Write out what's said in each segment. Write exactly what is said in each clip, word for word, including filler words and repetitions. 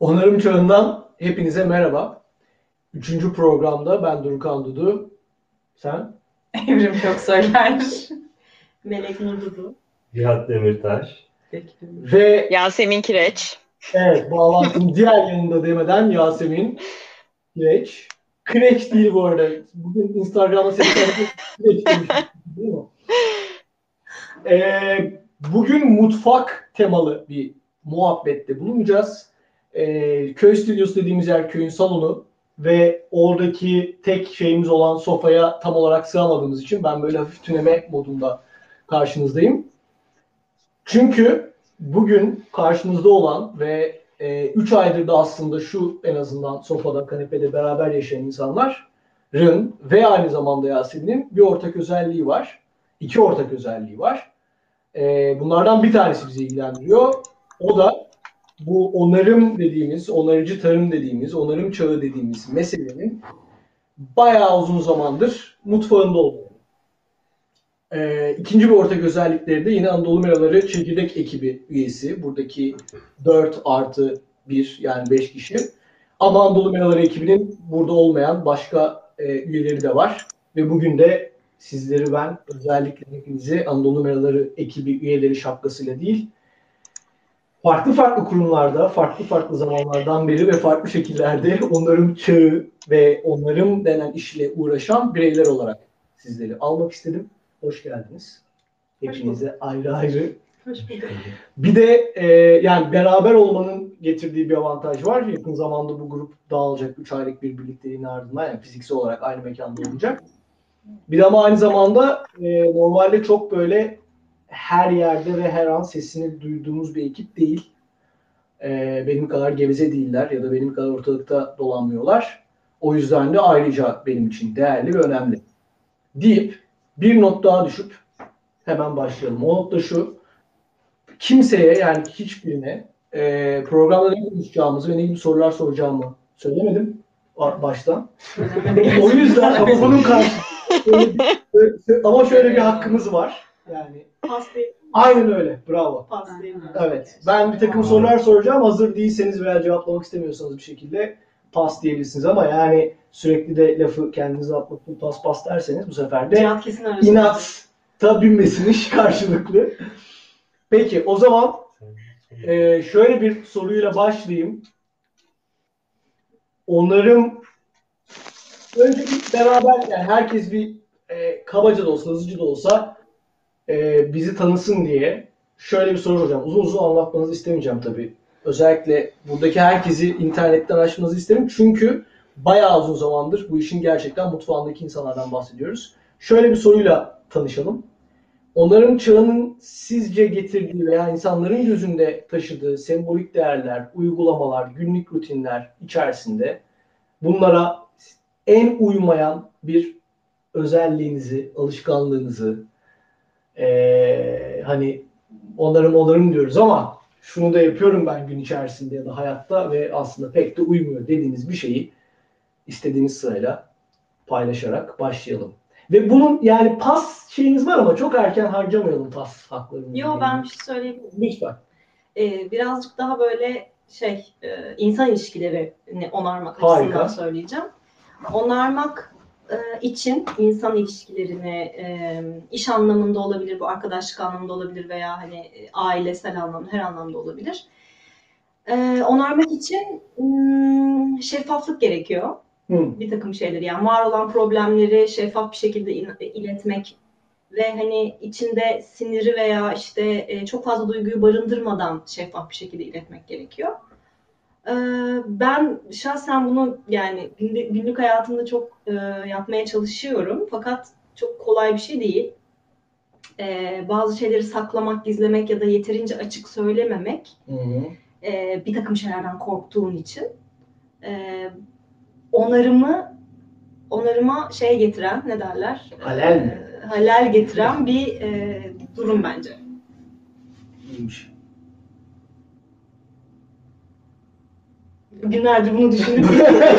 Onarım Çağı'ndan hepinize merhaba. Üçüncü programda ben Durkan Dudu. Sen? Evrim Köksoylar. Melek Nur Dudu. Cihat Demirtaş. Ve Yasemin Kireç. evet, bağlantının diğer yanında demeden Yasemin Kireç. Kireç değil bu arada. Bugün Instagram'da seni tanıdık Kireç demiştim, değil mi? Ee, bugün mutfak temalı bir muhabbette bulunacağız. Ee, köy stüdyosu dediğimiz yer köyün salonu ve oradaki tek şeyimiz olan sofaya tam olarak sığamadığımız için ben böyle hafif tüneme modunda karşınızdayım. Çünkü bugün karşınızda olan ve üç e, aydır da aslında şu en azından sofada, kanepede beraber yaşayan insanların ve aynı zamanda Yasemin'in bir ortak özelliği var. İki ortak özelliği var. E, bunlardan bir tanesi bizi ilgilendiriyor. O da bu onarım dediğimiz, onarıcı tarım dediğimiz, onarım çağı dediğimiz meselenin bayağı uzun zamandır mutfağında olduğu. Ee, ikinci bir ortak özellikleri de yine Anadolu Meraları Çekirdek ekibi üyesi. Buradaki dört artı bir yani beş kişi. Ama Anadolu Meraları ekibinin burada olmayan başka e, üyeleri de var. Ve bugün de sizleri ben özellikle hepinizi Anadolu Meraları ekibi üyeleri şapkasıyla değil, farklı farklı kurumlarda, farklı farklı zamanlardan beri ve farklı şekillerde onarım çağı ve onarım denen işle uğraşan bireyler olarak sizleri almak istedim. Hoş geldiniz. Hepinize ayrı ayrı. Hoş bulduk. Bir de e, yani beraber olmanın getirdiği bir avantaj var. Yakın zamanda bu grup dağılacak. Üç aylık bir birlikteliğin ardından yani fiziksel olarak aynı mekanda olacak. Bir de ama aynı zamanda e, normalde çok böyle her yerde ve her an sesini duyduğumuz bir ekip değil. E, benim kadar geveze değiller ya da benim kadar ortalıkta dolanmıyorlar. O yüzden de ayrıca benim için değerli ve önemli. Deyip bir not daha düşüp hemen başlayalım. O not da şu. Kimseye yani hiçbirine e, programda ne konuşacağımızı ve ne gibi sorular soracağımı söylemedim baştan. O yüzden ama bunun karşılığında ama şöyle bir hakkımız var. Yani Pastayı. Aynen öyle. Bravo. Pastayı. Evet. Ben bir takım sorular soracağım. Hazır değilseniz veya cevaplamak istemiyorsanız bir şekilde pas diyebilirsiniz ama yani sürekli de lafı kendinize atmak için pas pas derseniz bu sefer de inata binmesinin karşılıklı. Peki o zaman e, şöyle bir soruyla başlayayım. Onarım önce bir beraber yani herkes bir e, kabaca da olsa hızlıca da olsa e, bizi tanısın diye şöyle bir soru soracağım. Uzun uzun anlatmanızı istemeyeceğim tabii. Özellikle buradaki herkesi internetten açmanızı isterim. Çünkü bayağı uzun zamandır bu işin gerçekten mutfağındaki insanlardan bahsediyoruz. Şöyle bir soruyla tanışalım. Onarım çağının sizce getirdiği veya insanların gözünde taşıdığı sembolik değerler, uygulamalar, günlük rutinler içerisinde bunlara en uymayan bir özelliğinizi, alışkanlığınızı, ee, hani onarım onarım diyoruz ama şunu da yapıyorum ben gün içerisinde ya da hayatta ve aslında pek de uymuyor dediğiniz bir şeyi istediğiniz sırayla paylaşarak başlayalım. Ve bunun yani pas şeyiniz var ama çok erken harcamayalım pas haklarını. Yo ben bir şey söyleyeyim. Lütfen. Ee, birazcık daha böyle şey e, insan ilişkilerini onarmak Harika. açısından söyleyeceğim. Onarmak e, için insan ilişkilerini e, iş anlamında olabilir, bu arkadaşlık anlamında olabilir veya hani e, ailesel anlamda her anlamda olabilir. E, onarmak için m, şeffaflık gerekiyor. Hı. Bir takım şeyleri yani var olan problemleri şeffaf bir şekilde iletmek ve hani içinde siniri veya işte e, çok fazla duyguyu barındırmadan şeffaf bir şekilde iletmek gerekiyor. Ee, ben şahsen bunu yani günlük, günlük hayatımda çok e, yapmaya çalışıyorum fakat çok kolay bir şey değil. Ee, bazı şeyleri saklamak, gizlemek ya da yeterince açık söylememek Hı hı. E, bir takım şeylerden korktuğun için e, onarımı onarıma şey getiren ne derler? Halal mi? E, halal getiren bir e, durum bence. İyiymiş. Günlerdir bunu düşünüyorum.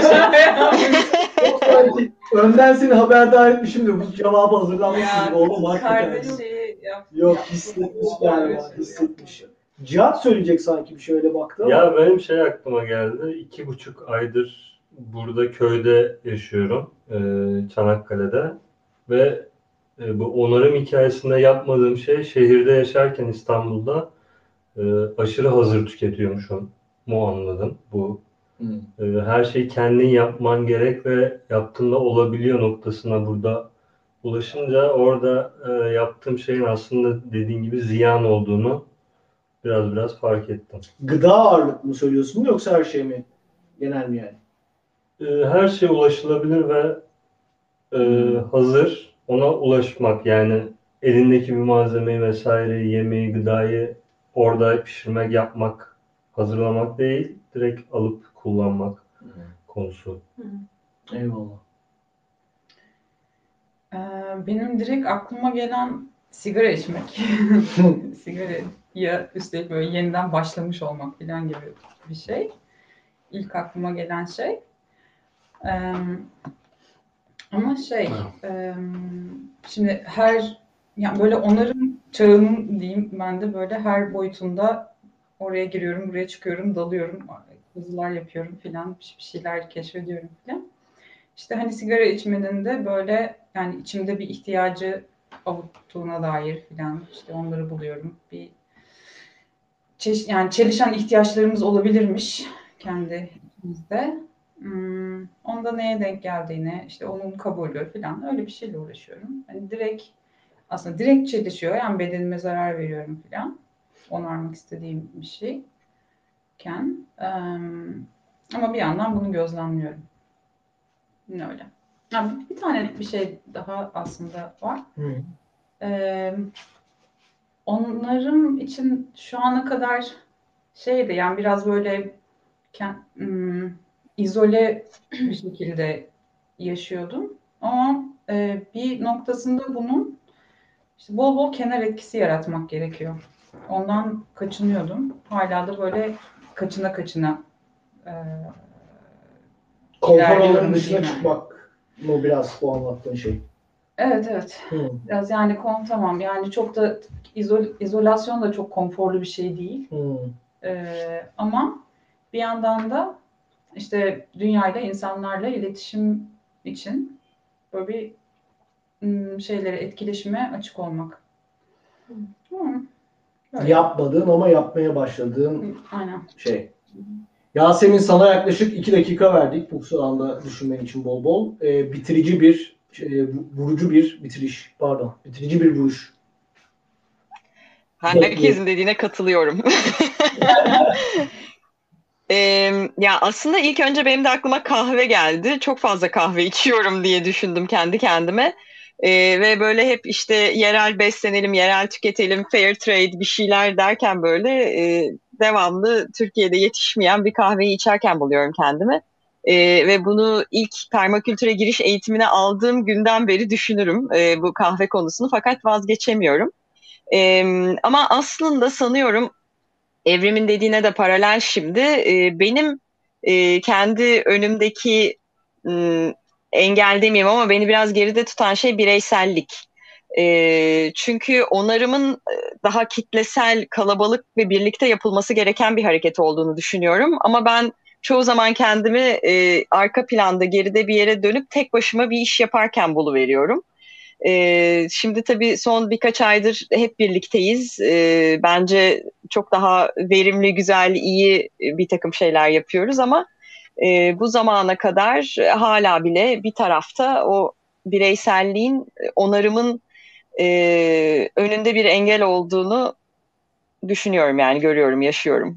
Önden seni haberdar etmişim de bu cevabı hazırlanmışsın. Oğlum hakikaten. Kardeşi yap. Yok hissetmiş yani. Hissetmiş. Cihat söyleyecek sanki bir şöyle baktı ama. Ya benim şey aklıma geldi. İki buçuk aydır burada köyde yaşıyorum. e, Çanakkale'de. Ve e, bu onarım hikayesinde yapmadığım şey şehirde yaşarken İstanbul'da e, aşırı hazır tüketiyormuşum mu anladım. Bu Hmm. e, her şeyi kendin yapman gerek ve yaptığında olabiliyor noktasına burada ulaşınca orada e, yaptığım şeyin aslında dediğin gibi ziyan olduğunu biraz biraz fark ettim. Gıda ağırlıklı mı söylüyorsun yoksa her şey mi? Genel mi yani? E, her şey ulaşılabilir ve e, hazır. Ona ulaşmak yani elindeki bir malzemeyi vesaire, yemeği, gıdayı orada pişirmek, yapmak, hazırlamak değil, direkt alıp kullanmak konusu. Eyvallah. Ee, benim direkt aklıma gelen sigara içmek. Sigaraya üstelik böyle yeniden başlamış olmak falan gibi bir şey. İlk aklıma gelen şey. Ee, ama şey, e, şimdi her, yani böyle onarım çağının diyeyim ben de böyle her boyutunda oraya giriyorum, buraya çıkıyorum, dalıyorum, yazılar yapıyorum filan, bir şeyler keşfediyorum filan. İşte hani sigara içmenin de böyle yani içimde bir ihtiyacı avuttuğuna dair filan işte onları buluyorum. Bir çeş- yani çelişen ihtiyaçlarımız olabilirmiş kendi içimizde. Hmm, onda neye denk geldiğine, işte onun kabulü filan öyle bir şeyle uğraşıyorum. Hani direkt aslında direkt çelişiyor yani bedenime zarar veriyorum filan. Onarmak istediğim bir şeyken. Em, ama bir yandan bunu gözlemliyorum. Öyle. Yani bir tane bir şey daha aslında var. Hı. Ee, onların için şu ana kadar şeydi yani biraz böyle hmm, izole bir şekilde yaşıyordum. Ama e, bir noktasında bunun işte bol bol kenar etkisi yaratmak gerekiyor. Ondan kaçınıyordum. Hala da böyle kaçına kaçına e, Konfor ilerliyorum alanının dışına diyeyim yani. çıkmak mı biraz bu anlattığın şey? Evet evet. Hı. Biraz yani kon tamam yani çok da izol, izolasyon da çok konforlu bir şey değil. Hı. Ee, ama bir yandan da işte dünyayla insanlarla iletişim için böyle bir ım, şeylere etkileşime açık olmak. Hı. Böyle. Yapmadığın ama yapmaya başladığın Aynen. şey. Yasemin sana yaklaşık iki dakika verdik bu anda düşünmen için bol bol. Ee, bitirici bir, e, vurucu bir bitiriş. Pardon. Bitirici bir vuruş. Herkesin dediğine katılıyorum. Ee, ya aslında ilk önce benim de aklıma kahve geldi. Çok fazla kahve içiyorum diye düşündüm kendi kendime. Ee, ve böyle hep işte yerel beslenelim, yerel tüketelim, fair trade bir şeyler derken böyle e, devamlı Türkiye'de yetişmeyen bir kahveyi içerken buluyorum kendimi. Ee, ve bunu ilk permakültüre giriş eğitimine aldığım günden beri düşünürüm e, bu kahve konusunu fakat vazgeçemiyorum. Ee, ama aslında sanıyorum Evrim'in dediğine de paralel şimdi. E, benim e, kendi önümdeki m, engel demeyeyim ama beni biraz geride tutan şey bireysellik. E, çünkü onarımın daha kitlesel, kalabalık ve birlikte yapılması gereken bir hareket olduğunu düşünüyorum. Ama ben çoğu zaman kendimi e, arka planda, geride bir yere dönüp tek başıma bir iş yaparken buluveriyorum. Ee, şimdi tabii son birkaç aydır hep birlikteyiz. Ee, bence çok daha verimli, güzel, iyi bir takım şeyler yapıyoruz ama e, bu zamana kadar hala bile bir tarafta o bireyselliğin, onarımın e, önünde bir engel olduğunu düşünüyorum yani görüyorum, yaşıyorum.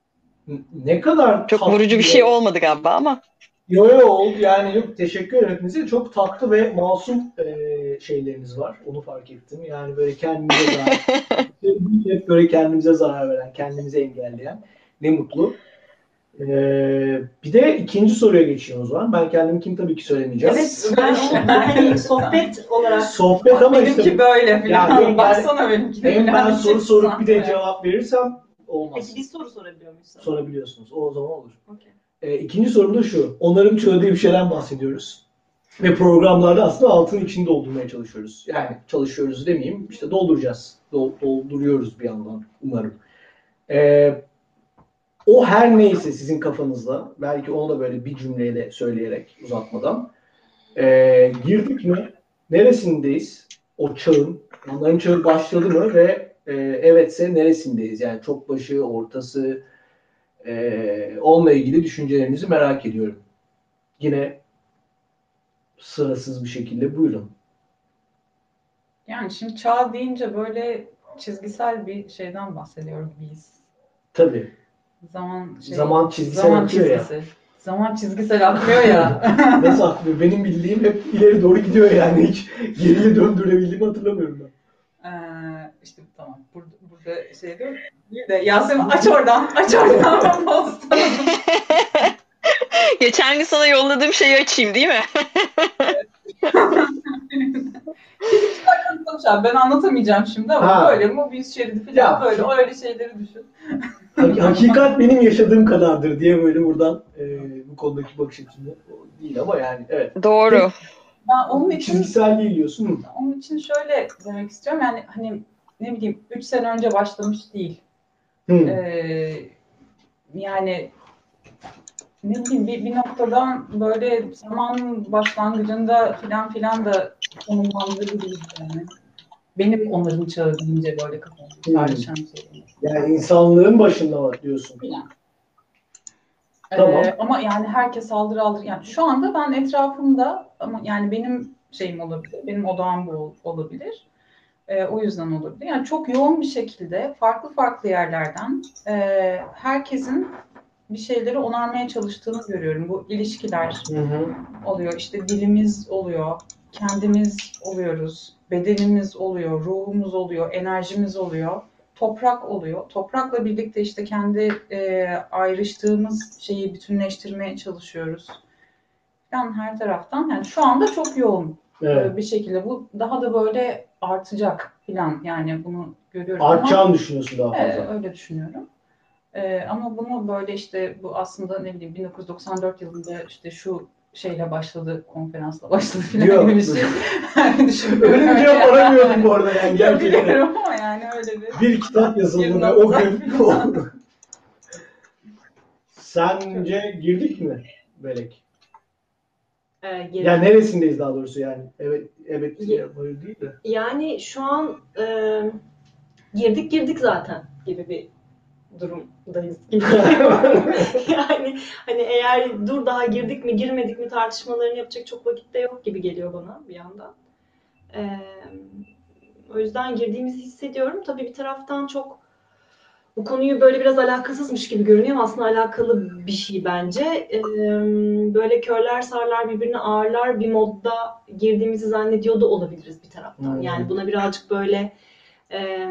Ne kadar Çok tatlı vurucu bir şey olmadı galiba ama. Yo yo oldu yani yok teşekkür ederim hepinize. Çok tatlı ve masum e, şeyleriniz var. Onu fark ettim. Yani böyle kendimize zarar hep böyle kendimize zarar veren, kendimize engelleyen. Ne mutlu. Ee, bir de ikinci soruya geçiyorum o zaman. Ben kendimkini tabii ki söylemeyeceğim. Evet, ben, ben hani sohbet olarak Sohbet ama benimki işte böyle falan. yani, Baksana benimki. hem ben soru Şey sorup bir de evet. cevap verirsem olmaz. Peki biz soru sorabiliyor muyuz? Sorabiliyorsunuz. O, o zaman olur. Okay. Ee, ikinci sorum da şu. Onarım çağı diye bir şeyden bahsediyoruz. Ve programlarda aslında altını içini doldurmaya çalışıyoruz. Yani çalışıyoruz demeyeyim. İşte dolduracağız. Dol- dolduruyoruz bir yandan umarım. Ee, o her neyse sizin kafanızda, belki onu da böyle bir cümleyle söyleyerek uzatmadan. Ee, girdik mi? Neresindeyiz? O çağın. Onların çağı başladı mı ve e, evetse neresindeyiz? Yani çok başı, ortası, e, onunla ilgili düşüncelerinizi merak ediyorum. Yine sırasız bir şekilde buyurun. Yani şimdi çağ deyince böyle çizgisel bir şeyden bahsediyoruz biz. Tabii. Zaman şey, Zaman çizgisel zaman akıyor ya. çizgisi. Zaman çizgisel akmıyor ya. Nasıl aklıyor? Benim bildiğim hep ileri doğru gidiyor yani. Hiç geriye döndürebildiğimi hatırlamıyorum ben. Ee, işte tamam. Burada, burada şey diyor. Bir de Yasemin aç oradan. Aç oradan. Geçen gün sana yolladığım şeyi açayım değil mi? Ben anlatamayacağım şimdi ama Ha. böyle Mobius şeridi falan Ya. böyle öyle şeyleri düşün. Hakikat benim yaşadığım kadardır diye böyle buradan e, bu konudaki bakış açımda değil ama yani evet. Doğru. Ben onun için Çizgisel değil diyorsun. Hı. onun için şöyle demek istiyorum. Yani hani ne bileyim üç sene önce başlamış değil. Hı. Ee, yani ne bileyim bir, bir noktadan böyle zamanın başlangıcında filan filan da konumlandırabiliriz yani. Benim onların çağı deyince böyle kafamda Hmm. tartışan şey. Yani insanlığın başında var diyorsun. Filan. Tamam. Ee, ama yani herkes saldırı aldır. Yani şu anda ben etrafımda ama yani benim şeyim olabilir, benim odağım bu olabilir. Ee, o yüzden olabilir. Yani çok yoğun bir şekilde farklı farklı yerlerden e, herkesin bir şeyleri onarmaya çalıştığını görüyorum. Bu ilişkiler Hı hı. oluyor, işte dilimiz oluyor, kendimiz oluyoruz, bedenimiz oluyor, ruhumuz oluyor, enerjimiz oluyor, toprak oluyor. Toprakla birlikte işte kendi e, ayrıştığımız şeyi bütünleştirmeye çalışıyoruz. Yani her taraftan yani şu anda çok yoğun Evet. bir şekilde bu daha da böyle artacak falan yani bunu görüyoruz. Artacağını ama, düşünüyorsun daha fazla. evet, öyle düşünüyorum. Ee, ama bunu böyle işte bu aslında ne bileyim bin dokuz yüz doksan dört yılında işte şu şeyle başladı, konferansla başladı falan Yok. gibi bir şey. Öyle bir cevap aramıyordum bu arada yani gerçekten. Biliyorum ama yani öyle bir. Bir kitap yazıldı Bir ve o nokta. gün Sence girdik mi Melek? Ee, geri- Yani neresindeyiz daha doğrusu yani? Evet, evet Ye- ya, böyle değil de. Yani şu an e, girdik girdik zaten gibi bir durumdayız gibi. Yani hani eğer dur daha girdik mi girmedik mi tartışmalarını yapacak çok vakit de yok gibi geliyor bana bir yandan. Ee, o yüzden girdiğimizi hissediyorum. Tabii bir taraftan çok bu konuyu böyle biraz alakasızmış gibi görünüyor ama aslında alakalı bir şey bence. Ee, böyle körler sarlar birbirine ağırlar bir modda girdiğimizi zannediyor da olabiliriz bir taraftan. Hmm. Yani buna birazcık böyle e,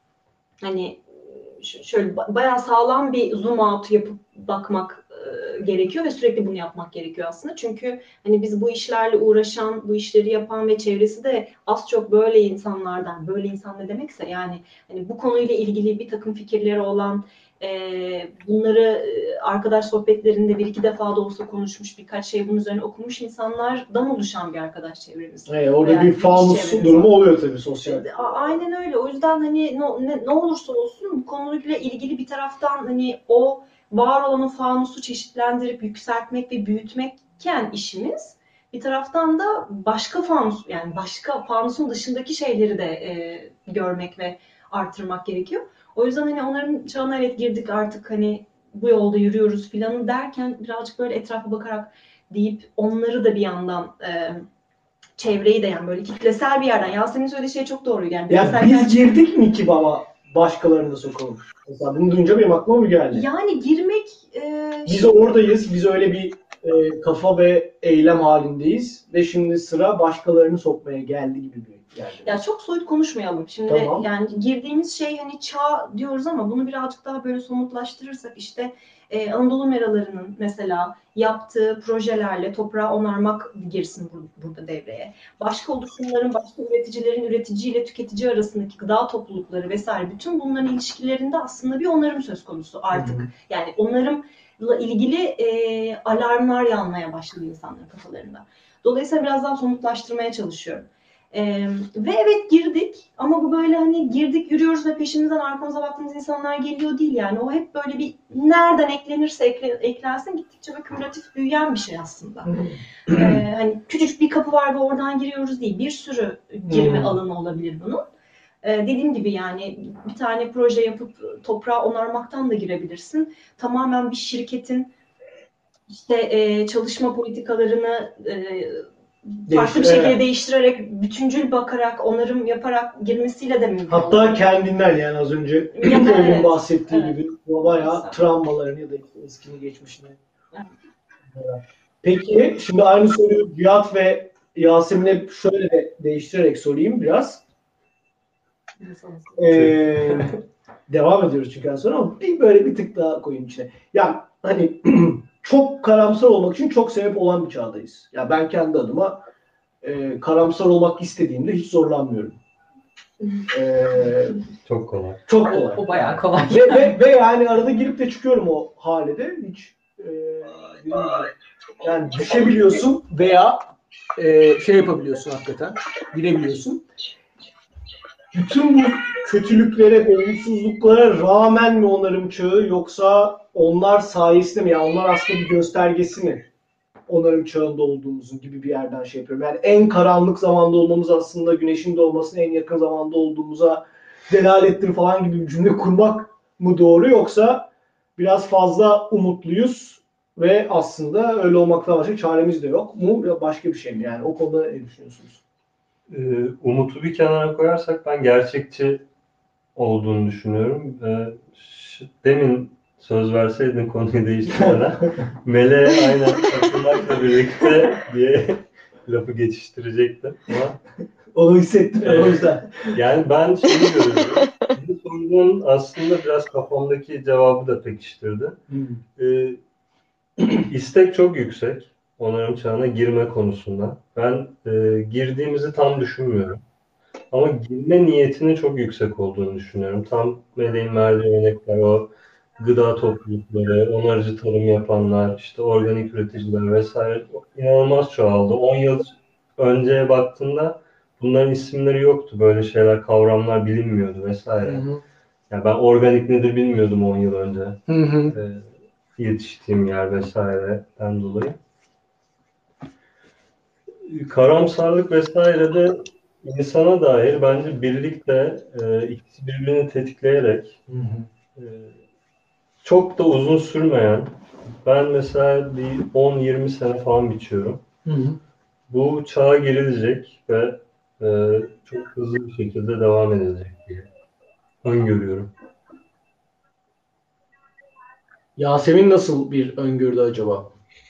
hani ş- şöyle ba- bayağı sağlam bir zoom out yapıp bakmak e, gerekiyor ve sürekli bunu yapmak gerekiyor aslında. Çünkü hani biz bu işlerle uğraşan, bu işleri yapan ve çevresi de az çok böyle insanlardan, böyle insan ne demekse yani hani bu konuyla ilgili bir takım fikirleri olan, e, bunları e, arkadaş sohbetlerinde bir iki defa da olsa konuşmuş, birkaç şey bunun üzerine okumuş insanlardan oluşan bir arkadaş çevremiz. Evet, orada Yani bir bir fanus iş çevresi durumu var. oluyor tabii sosyal. A- Aynen öyle. O yüzden hani ne, ne, ne olursa olsun bu konuyla ilgili bir taraftan hani o var olan o fanusu çeşitlendirip yükseltmek ve büyütmekken işimiz bir taraftan da başka fanus yani başka fanusun dışındaki şeyleri de e, görmek ve artırmak gerekiyor. O yüzden hani onların çağına evet girdik artık hani bu yolda yürüyoruz filanı derken birazcık böyle etrafa bakarak deyip onları da bir yandan e, çevreyi de yani böyle kitlesel bir yerden. Yasemin söylediği şey çok doğru. Yani Ya bireysel biz gerçek- girdik mi ki baba başkalarını da sokalım? Mesela bunu duyunca benim aklıma bu geldi. Yani girmek e, Biz oradayız. Biz öyle bir e, kafa ve eylem halindeyiz. Ve şimdi sıra başkalarını sokmaya geldi gibi bir yerde. ya çok soyut konuşmayalım. Şimdi Tamam. yani girdiğimiz şey hani çağ diyoruz ama bunu birazcık daha böyle somutlaştırırsak işte e, Anadolu meralarının mesela yaptığı projelerle toprağı onarmak girsin bur- burada devreye. Başka oluşumların, başka üreticilerin üreticiyle tüketici arasındaki gıda toplulukları vesaire bütün bunların ilişkilerinde aslında bir onarım söz konusu artık. Hı hı. Yani onarımla ilgili e, alarmlar yanmaya başladı insanların kafalarında. Dolayısıyla biraz daha somutlaştırmaya çalışıyorum. Ee, ve evet girdik ama ama bu böyle hani girdik yürüyoruz ve peşimizden arkamıza baktığımız insanlar geliyor değil yani. O hep böyle bir nereden eklenirse ekle, eklensin gittikçe böyle kümülatif büyüyen bir şey aslında. ee, hani küçücük bir kapı var ve oradan giriyoruz değil. Bir sürü girme Hmm. alanı olabilir bunun. Ee, dediğim gibi yani bir tane proje yapıp toprağı onarmaktan da girebilirsin. Tamamen bir şirketin işte e, çalışma politikalarını e, farklı bir şekilde değiştirerek, bütüncül bakarak, onarım yaparak girmesiyle de mümkün. Hatta olabilir. kendinden yani az önce Ya da Oğuz'un evet, bahsettiği evet. gibi bayağı Mesela. travmalarını ya da eskini geçmişini. Evet. Peki şimdi aynı soruyu Cihat ve Yasemin'e şöyle de değiştirerek sorayım biraz. Ee, devam ediyoruz çünkü az sonra ama bir böyle bir tık daha koyayım içine. Ya hani çok karamsar olmak için çok sebep olan bir çağdayız. Ya ben kendi adıma e, karamsar olmak istediğimde hiç zorlanmıyorum. Ee, Çok kolay. çok O, kolay. o bayağı kolay. Ve, ve, ve yani arada girip de çıkıyorum o hale de hiç e, dediğim gibi. Yani düşebiliyorsun veya e, şey yapabiliyorsun hakikaten girebiliyorsun. Bütün bu kötülüklere, olumsuzluklara rağmen mi onarım çağı yoksa onlar sayesinde mi? Yani onlar aslında bir göstergesi mi? Onarım çağında olduğumuzun gibi bir yerden şey yapıyorum. Yani en karanlık zamanda olmamız aslında güneşin doğmasına en yakın zamanda olduğumuza delalettir falan gibi bir cümle kurmak mı doğru yoksa biraz fazla umutluyuz ve aslında öyle olmaktan başka çaremiz de yok mu? Ya başka bir şey mi? Yani o konuda ne düşünüyorsunuz? Ee, Umut'u bir kenara koyarsak ben gerçekçi olduğunu düşünüyorum. Ee, şu- demin söz verseydin konuyu değiştirmeden Meleğe aynen katılmakla birlikte diye lafı geçiştirecektim. Ama Onu hissettim Evet. o yüzden. yani ben şeyi görüyorum. Bu sorunun aslında biraz kafamdaki cevabı da pekiştirdi. Ee, istek çok yüksek. Onarım çağına girme konusunda. Ben e, girdiğimizi tam düşünmüyorum. Ama girme niyetinin çok yüksek olduğunu düşünüyorum. Tam Meleğin verdiği örnekler o gıda toplulukları, onarıcı tarım yapanlar, işte organik üreticiler vesaire inanılmaz çoğaldı. on yıl önceye baktığımda bunların isimleri yoktu. Böyle şeyler, kavramlar bilinmiyordu vesaire. Hı hı. Yani ben organik nedir bilmiyordum on yıl önce. Hı hı. Ee, yetiştiğim yer vesaireden dolayı. Karamsarlık vesaire de insana dair bence birlikte e, ikisi birbirini tetikleyerek Hı hı. e, çok da uzun sürmeyen, ben mesela bir on yirmi sene falan biçiyorum. Hı hı. Bu çağa girilecek ve e, çok hızlı bir şekilde devam edilecek diye öngörüyorum. Yasemin nasıl bir öngördü acaba?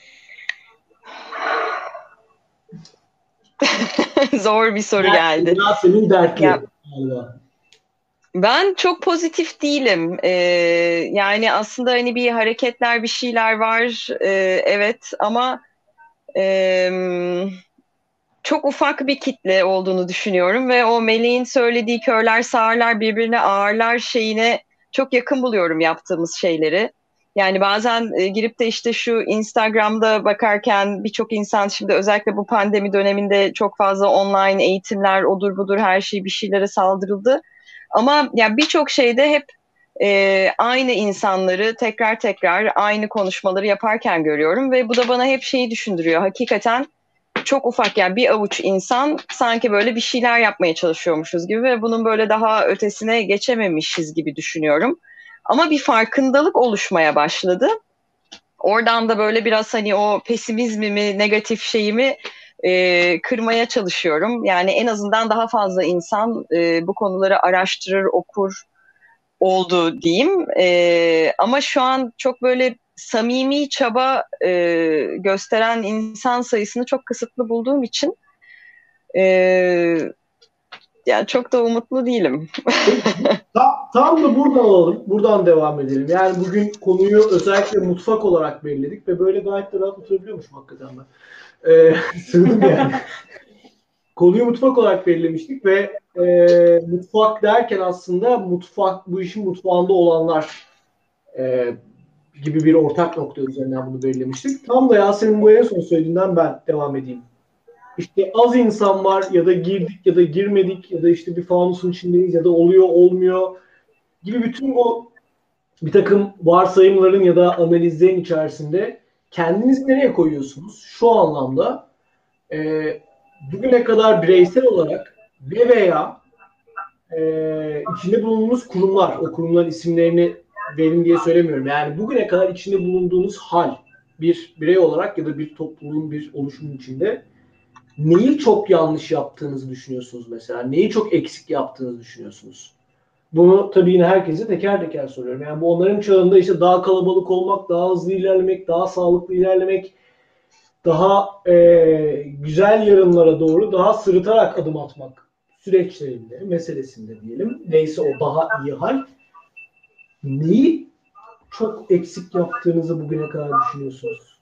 Zor bir soru Yani geldi. Yasemin dertli Ya, galiba. ben çok pozitif değilim. Ee, yani aslında hani bir hareketler, bir şeyler var. Ee, evet ama em, çok ufak bir kitle olduğunu düşünüyorum ve o Meleğin söylediği körler sağırlar birbirine ağırlar şeyine çok yakın buluyorum yaptığımız şeyleri. Yani bazen e, girip de işte şu Instagram'da bakarken birçok insan şimdi özellikle bu pandemi döneminde çok fazla online eğitimler odur budur her şey bir şeylere saldırıldı. Ama ya birçok şeyde hep e, aynı insanları tekrar tekrar aynı konuşmaları yaparken görüyorum ve bu da bana hep şeyi düşündürüyor. Hakikaten çok ufak yani bir avuç insan sanki böyle bir şeyler yapmaya çalışıyormuşuz gibi ve bunun böyle daha ötesine geçememişiz gibi düşünüyorum. Ama bir farkındalık oluşmaya başladı. Oradan da böyle biraz hani o pesimizmimi, negatif şeyimi e, kırmaya çalışıyorum. Yani en azından daha fazla insan e, bu konuları araştırır, okur oldu diyeyim. E, ama şu an çok böyle samimi çaba e, gösteren insan sayısını çok kısıtlı bulduğum için e, yani çok da umutlu değilim. Tam, tam da buradan alalım. Buradan devam edelim. Yani bugün konuyu özellikle mutfak olarak belirledik ve böyle gayet de rahat oturabiliyormuşum hakikaten ben. Ee, sığdım yani. Konuyu mutfak olarak belirlemiştik ve e, mutfak derken aslında mutfak, bu işin mutfağında olanlar e, gibi bir ortak nokta üzerinden bunu belirlemiştik. Tam da Yasemin bu en son söylediğinden ben devam edeyim işte az insan var ya da girdik ya da girmedik ya da işte bir fanusun içindeyiz ya da oluyor olmuyor gibi bütün bu bir takım varsayımların ya da analizlerin içerisinde kendinizi nereye koyuyorsunuz? Şu anlamda e, bugüne kadar bireysel olarak ve veya e, içinde bulunduğunuz kurumlar, o kurumların isimlerini verin diye söylemiyorum. Yani bugüne kadar içinde bulunduğunuz hal, bir birey olarak ya da bir topluluğun, bir oluşumun içinde neyi çok yanlış yaptığınızı düşünüyorsunuz mesela? Neyi çok eksik yaptığınızı düşünüyorsunuz? Bunu tabii yine herkese teker teker soruyorum. Yani bu onların çağında işte daha kalabalık olmak, daha hızlı ilerlemek, daha sağlıklı ilerlemek, daha e, güzel yarınlara doğru daha sırıtarak adım atmak süreçlerinde, meselesinde diyelim. Neyse o daha iyi hal. Neyi çok eksik yaptığınızı bugüne kadar düşünüyorsunuz?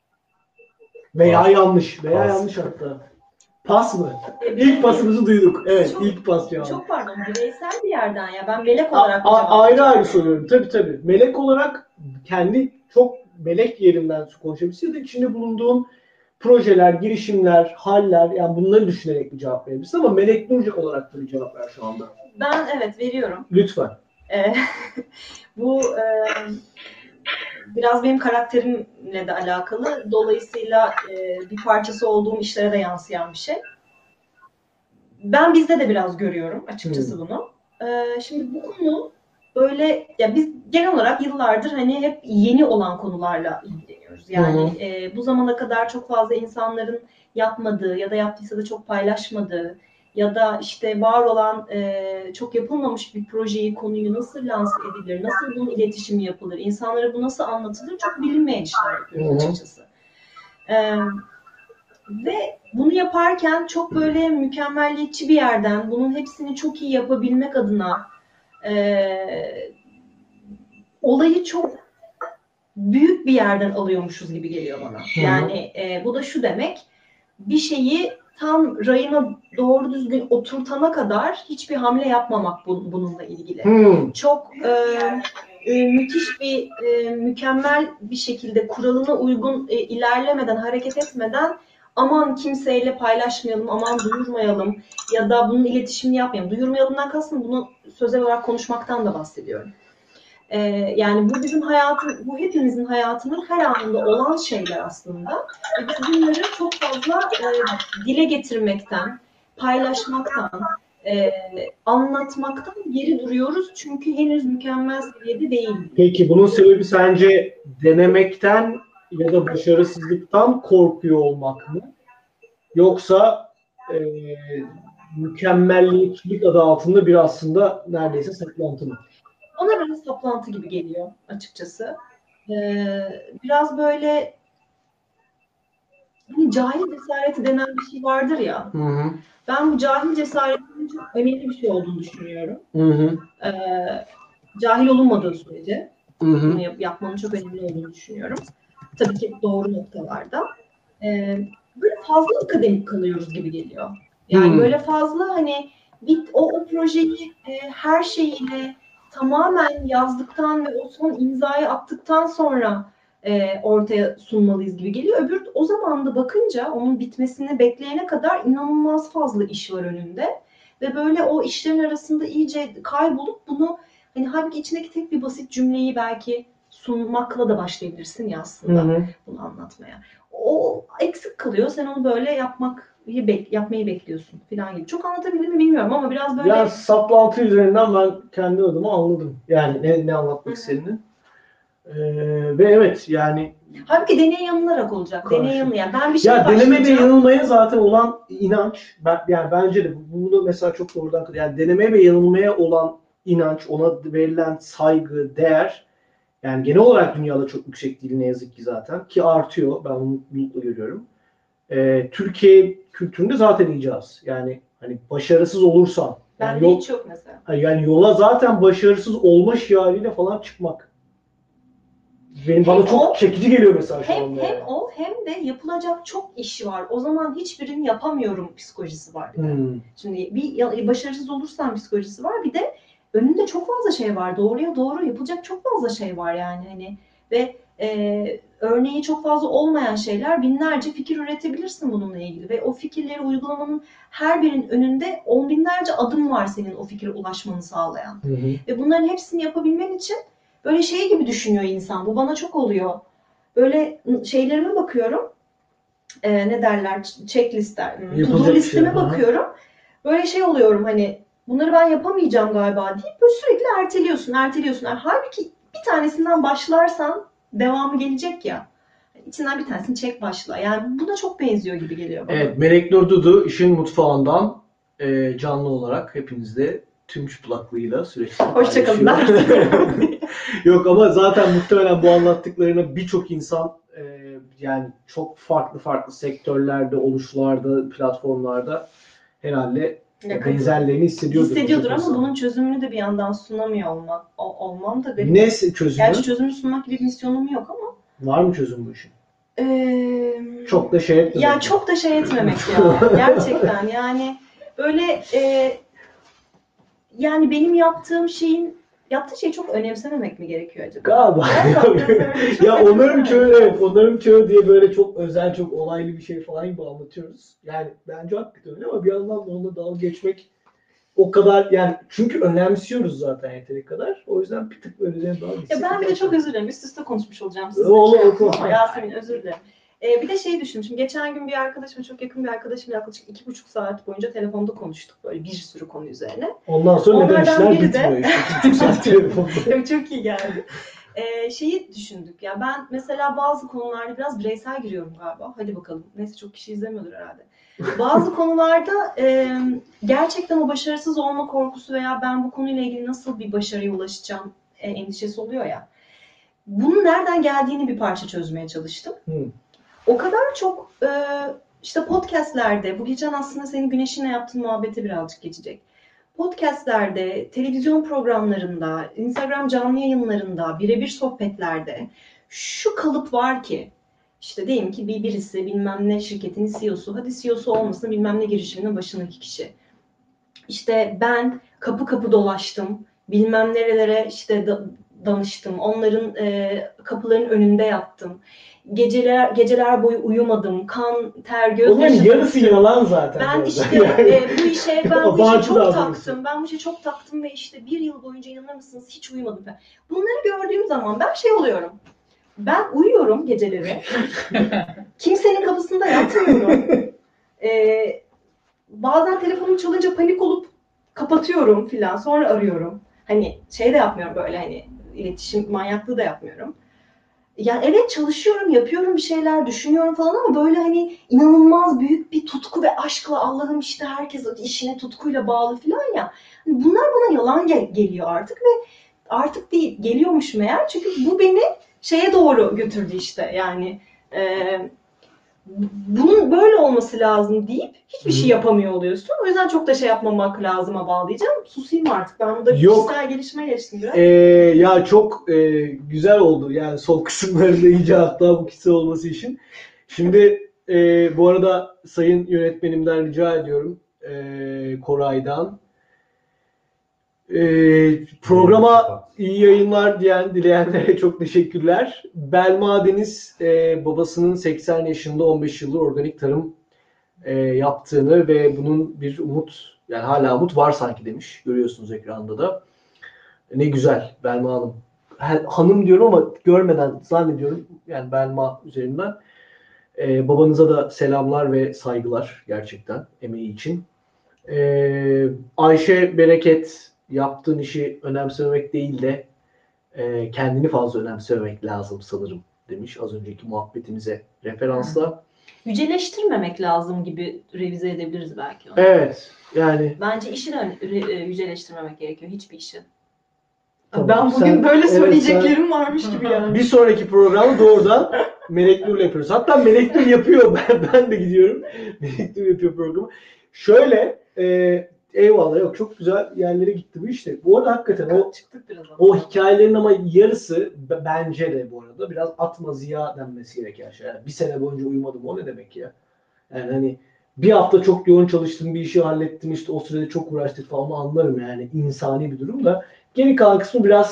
Veya Pas. yanlış. Veya Pas. yanlış hatta. Pas mı? E, İlk pasımızı duyduk. Evet, Çok- ilk pas cevabı. Çok pardon, bireysel bir yerden ya. Ben melek A- olarak a- cevap ayrı vereceğim. ayrı soruyorum. Tabii tabii. Melek olarak kendi çok melek yerinden konuşabilirsin ya da içinde bulunduğun projeler, girişimler, haller, yani bunları düşünerek bir cevap verebilirsin ama Melek Nurcak olarak da bir cevap ver şu anda. Ben evet veriyorum. Lütfen. E, bu e, biraz benim karakterimle de alakalı. Dolayısıyla e, bir parçası olduğum işlere de yansıyan bir şey. Ben bizde de biraz görüyorum açıkçası Hmm. bunu. E, şimdi bu konu böyle, ya biz genel olarak yıllardır hani hep yeni olan konularla ilgileniyoruz. Yani Hı hı. e, bu zamana kadar çok fazla insanların yapmadığı ya da yaptıysa da çok paylaşmadığı ya da işte var olan e, çok yapılmamış bir projeyi, konuyu nasıl lanse edilir, nasıl bunun iletişimi yapılır, insanlara bu nasıl anlatılır çok bilinmeyen işler yapıyoruz Hı hı. açıkçası. E, ve bunu yaparken çok böyle mükemmelliyetçi bir yerden bunun hepsini çok iyi yapabilmek adına e, olayı çok büyük bir yerden alıyormuşuz gibi geliyor bana. hı. Yani e, bu da şu demek, bir şeyi tam rayına doğru düzgün oturtana kadar hiçbir hamle yapmamak bu- bununla ilgili. Hmm. Çok e, e, müthiş bir, e, mükemmel bir şekilde kuralına uygun e, ilerlemeden, hareket etmeden aman kimseyle paylaşmayalım, aman duyurmayalım ya da bunun iletişimini yapmayalım. Duyurmayalımdan kastım bunu sözel olarak konuşmaktan da bahsediyorum. Ee, yani bu bizim hayatın, bu hepimizin hayatının her anında olan şeyler aslında. Ve biz bunları çok fazla e, dile getirmekten, paylaşmaktan, e, anlatmaktan geri duruyoruz. Çünkü henüz mükemmel seviyede değil. Peki bunun sebebi sence denemekten ya da başarısızlıktan korkuyor olmak mı? Yoksa e, mükemmelliyetçilik adı altında bir aslında neredeyse saplantı mı? Ona biraz saplantı gibi geliyor açıkçası. Ee, biraz böyle hani cahil cesareti denen bir şey vardır ya. Hı hı. Ben bu cahil cesaretinin çok önemli bir şey olduğunu düşünüyorum. Hı hı. Ee, cahil olunmadığı sürece Hı hı. bunu yap- yapmanın çok önemli olduğunu düşünüyorum. Tabii ki doğru noktalarda. Ee, böyle fazla akademik kalıyoruz gibi geliyor. Yani Hmm. böyle fazla hani bir, o, o projeyi e, her şeyiyle tamamen yazdıktan ve o son imzayı attıktan sonra e, ortaya sunmalıyız gibi geliyor. Öbür o zaman da bakınca onun bitmesini bekleyene kadar inanılmaz fazla iş var önünde. Ve böyle o işlerin arasında iyice kaybolup bunu hani halbuki içindeki tek bir basit cümleyi belki sunmakla da başlayabilirsin ya Hı aslında hı. bunu anlatmaya. O eksik kalıyor. Sen onu böyle yapmak yapmayı bekliyorsun falan gibi. Çok anlatabildim mi bilmiyorum ama biraz böyle. Yani saplantı üzerinden ben kendi adıma anladım. Yani ne, ne anlatmak Hı hı. istediğini. Ee, ve evet yani Halbuki deneye yanılarak olacak. Karşı. Deneye yanıl- yani ben bir şey ya deneme ve başlayacağım. yanılmaya zaten olan inanç, ben, yani bence de bu- bunu mesela çok doğrudan, yani deneme ve yanılmaya olan inanç, ona verilen saygı, değer, yani genel olarak dünyada çok yüksek değil ne yazık ki zaten, ki artıyor, ben bunu mutlulukla görüyorum. Ee, Türkiye kültüründe zaten icaz. Yani hani başarısız olursan, yani, Bende yol, hiç yok mesela. yani yola zaten başarısız olma şiarıyla falan çıkmak. Benim bana Hem çok o, çekici geliyor mesela şu Hem, anda. hem yani. o hem de yapılacak çok iş var. O zaman hiçbirini yapamıyorum psikolojisi var bir de. Hmm. Şimdi bir ya- başarısız olursan psikolojisi var. Bir de önünde çok fazla şey var. Doğruya doğru yapılacak çok fazla şey var yani. Hani Ve e, örneği çok fazla olmayan şeyler, binlerce fikir üretebilirsin bununla ilgili. Ve o fikirleri uygulamanın her birinin önünde on binlerce adım var senin o fikre ulaşmanı sağlayan. Hı hı. Ve bunların hepsini yapabilmen için böyle şey gibi düşünüyor insan. Bu bana çok oluyor. Böyle şeylerime bakıyorum. E, ne derler? Checklistler. Yapılacak To-do bir listeme şey, hı hı. bakıyorum. Böyle şey oluyorum hani bunları ben yapamayacağım galiba deyip böyle sürekli erteliyorsun, erteliyorsun. Yani halbuki bir tanesinden başlarsan devamı gelecek ya. İçinden bir tanesini çek başla. Yani buna çok benziyor gibi geliyor bana. Evet, Melek Nur Dudu işin mutfağından e, canlı olarak hepinizle tüm çıplaklığıyla süreçte Hoşçakalın. paylaşıyor. Yok ama zaten muhtemelen bu anlattıklarına birçok insan e, yani çok farklı farklı sektörlerde, oluşlarda, platformlarda herhalde Ya, benzerlerini hissediyordur. hissediyordur birçok ama insan. bunun çözümünü de bir yandan sunamıyor olmam, o- olmam da garip. Ne çözümü? Gerçi çözümünü sunmak gibi bir misyonum yok ama. Var mı çözüm bu işin? Ee, Çok da şey etmemek. Ya çok da şey etmemek ya. Gerçekten yani böyle e, yani benim yaptığım şeyin yaptığı şeyi çok önemsememek mi gerekiyor acaba? Galiba. Çok Ya onların önemsememek. çoğu evet, onların çoğu diye böyle çok özel, çok olaylı bir şey falan gibi anlatıyoruz. Yani bence hakikaten öyle ama bir yandan da onunla dalga geçmek o kadar yani çünkü önemsiyoruz zaten yeteri kadar. O yüzden bir tık böyle üzerine dalga Ya geçsek. ben bir de çok özür dilerim. Üst üste konuşmuş olacağım sizinle. Olur, Şey olur. yaptım ama Yasemin özür dilerim. Ee, bir de şey düşünmüşüm. Geçen gün bir arkadaşım, çok yakın bir arkadaşımla yaklaşık iki buçuk saat boyunca telefonda konuştuk böyle bir sürü konu üzerine. Ondan sonra neden Onlardan işler biri de- bitmiyor işte. İki buçuk saat telefonda. Evet, çok iyi geldi. Ee, şeyi düşündük ya, ben mesela bazı konularda biraz bireysel giriyorum galiba. Hadi bakalım. Neyse, çok kişi izlemiyordur herhalde. Bazı konularda e, gerçekten o başarısız olma korkusu veya ben bu konuyla ilgili nasıl bir başarıya ulaşacağım e, endişesi oluyor ya. Bunun nereden geldiğini bir parça çözmeye çalıştım. Hı. O kadar çok e, işte podcastlerde, bu geçen aslında senin Güneş'inle yaptığın muhabbete birazcık geçecek. Podcastlerde, televizyon programlarında, Instagram canlı yayınlarında, birebir sohbetlerde şu kalıp var ki, işte diyelim ki bir birisi bilmem ne şirketinin C E O'su, hadi C E O'su olmasın bilmem ne girişiminin başındaki kişi. İşte ben kapı kapı dolaştım, bilmem nerelere işte da, danıştım, onların e, kapıların önünde yattım. Geceler geceler boyu uyumadım, kan, ter, gözyaşı. Onların yarısı yalan zaten. Ben bu işte arada. e, bu işe ben bu işe Abartı çok daha taktım. doğrusu. Ben bu işe çok taktım ve işte bir yıl boyunca inanır mısınız hiç uyumadım ben. Bunları gördüğüm zaman ben şey oluyorum. Ben uyuyorum geceleri. Kimsenin kapısında yatmıyorum. Ee, bazen telefonum çalınca panik olup kapatıyorum filan. Sonra arıyorum. Hani şey de yapmıyorum böyle, hani iletişim manyaklığı da yapmıyorum. Yani evet, çalışıyorum, yapıyorum bir şeyler, düşünüyorum falan ama böyle hani inanılmaz büyük bir tutku ve aşkla, Allah'ım işte herkes işine tutkuyla bağlı falan ya. Hani bunlar bana yalan gel- geliyor artık ve artık değil, geliyormuş meğer. Çünkü bu beni şeye doğru götürdü işte, yani e, bunun böyle olması lazım deyip hiçbir şey yapamıyor oluyorsun. O yüzden çok da şey yapmamak lazıma bağlayacağım. Susayım artık. Ben burada Yok. kişisel gelişime geçtim biraz. Ee, ya çok e, güzel oldu yani son kısımlarında iyice hatta bu kişisel olması için. Şimdi e, bu arada sayın yönetmenimden rica ediyorum, e, Koray'dan. E, programa iyi yayınlar diyen dileyenlere çok teşekkürler. Belma Deniz e, babasının seksen yaşında on beş yıldır organik tarım e, yaptığını ve bunun bir umut, yani hala umut var sanki demiş. Görüyorsunuz ekranda da. Ne güzel Belma Hanım. Ha- Hanım diyorum ama görmeden zannediyorum yani Belma üzerinden. Ee, babanıza da selamlar ve saygılar gerçekten emeği için. Ee, Ayşe Bereket, yaptığın işi önemsememek değil de e, kendini fazla önemsememek lazım sanırım demiş az önceki muhabbetimize referansla. Yüceleştirmemek lazım gibi revize edebiliriz belki onu. Evet yani. Bence işi de re- e, yüceleştirmemek gerekiyor, hiçbir işi. Tamam, Ben bugün sen- böyle evet, söyleyeceklerim sen- varmış gibi yani. Bir sonraki programı doğrudan Melek Nur'la yapıyoruz. Hatta Melek Nur yapıyor. Ben, ben de gidiyorum. Melek Nur yapıyor programı. Şöyle e, eyvallah, yok çok güzel yerlere gitti bu işte. Bu arada hakikaten o Çıktık biraz ama. o hikayelerin ama yarısı b- bence de bu arada biraz atma ziya denmesi gereken şey. Yani bir sene boyunca uyumadım, o ne demek ya? Yani hani bir hafta çok yoğun çalıştım, bir işi hallettim, işte o sürede çok uğraştık falan, onu anlarım yani, insani bir durum da. Geri kalan kısmı biraz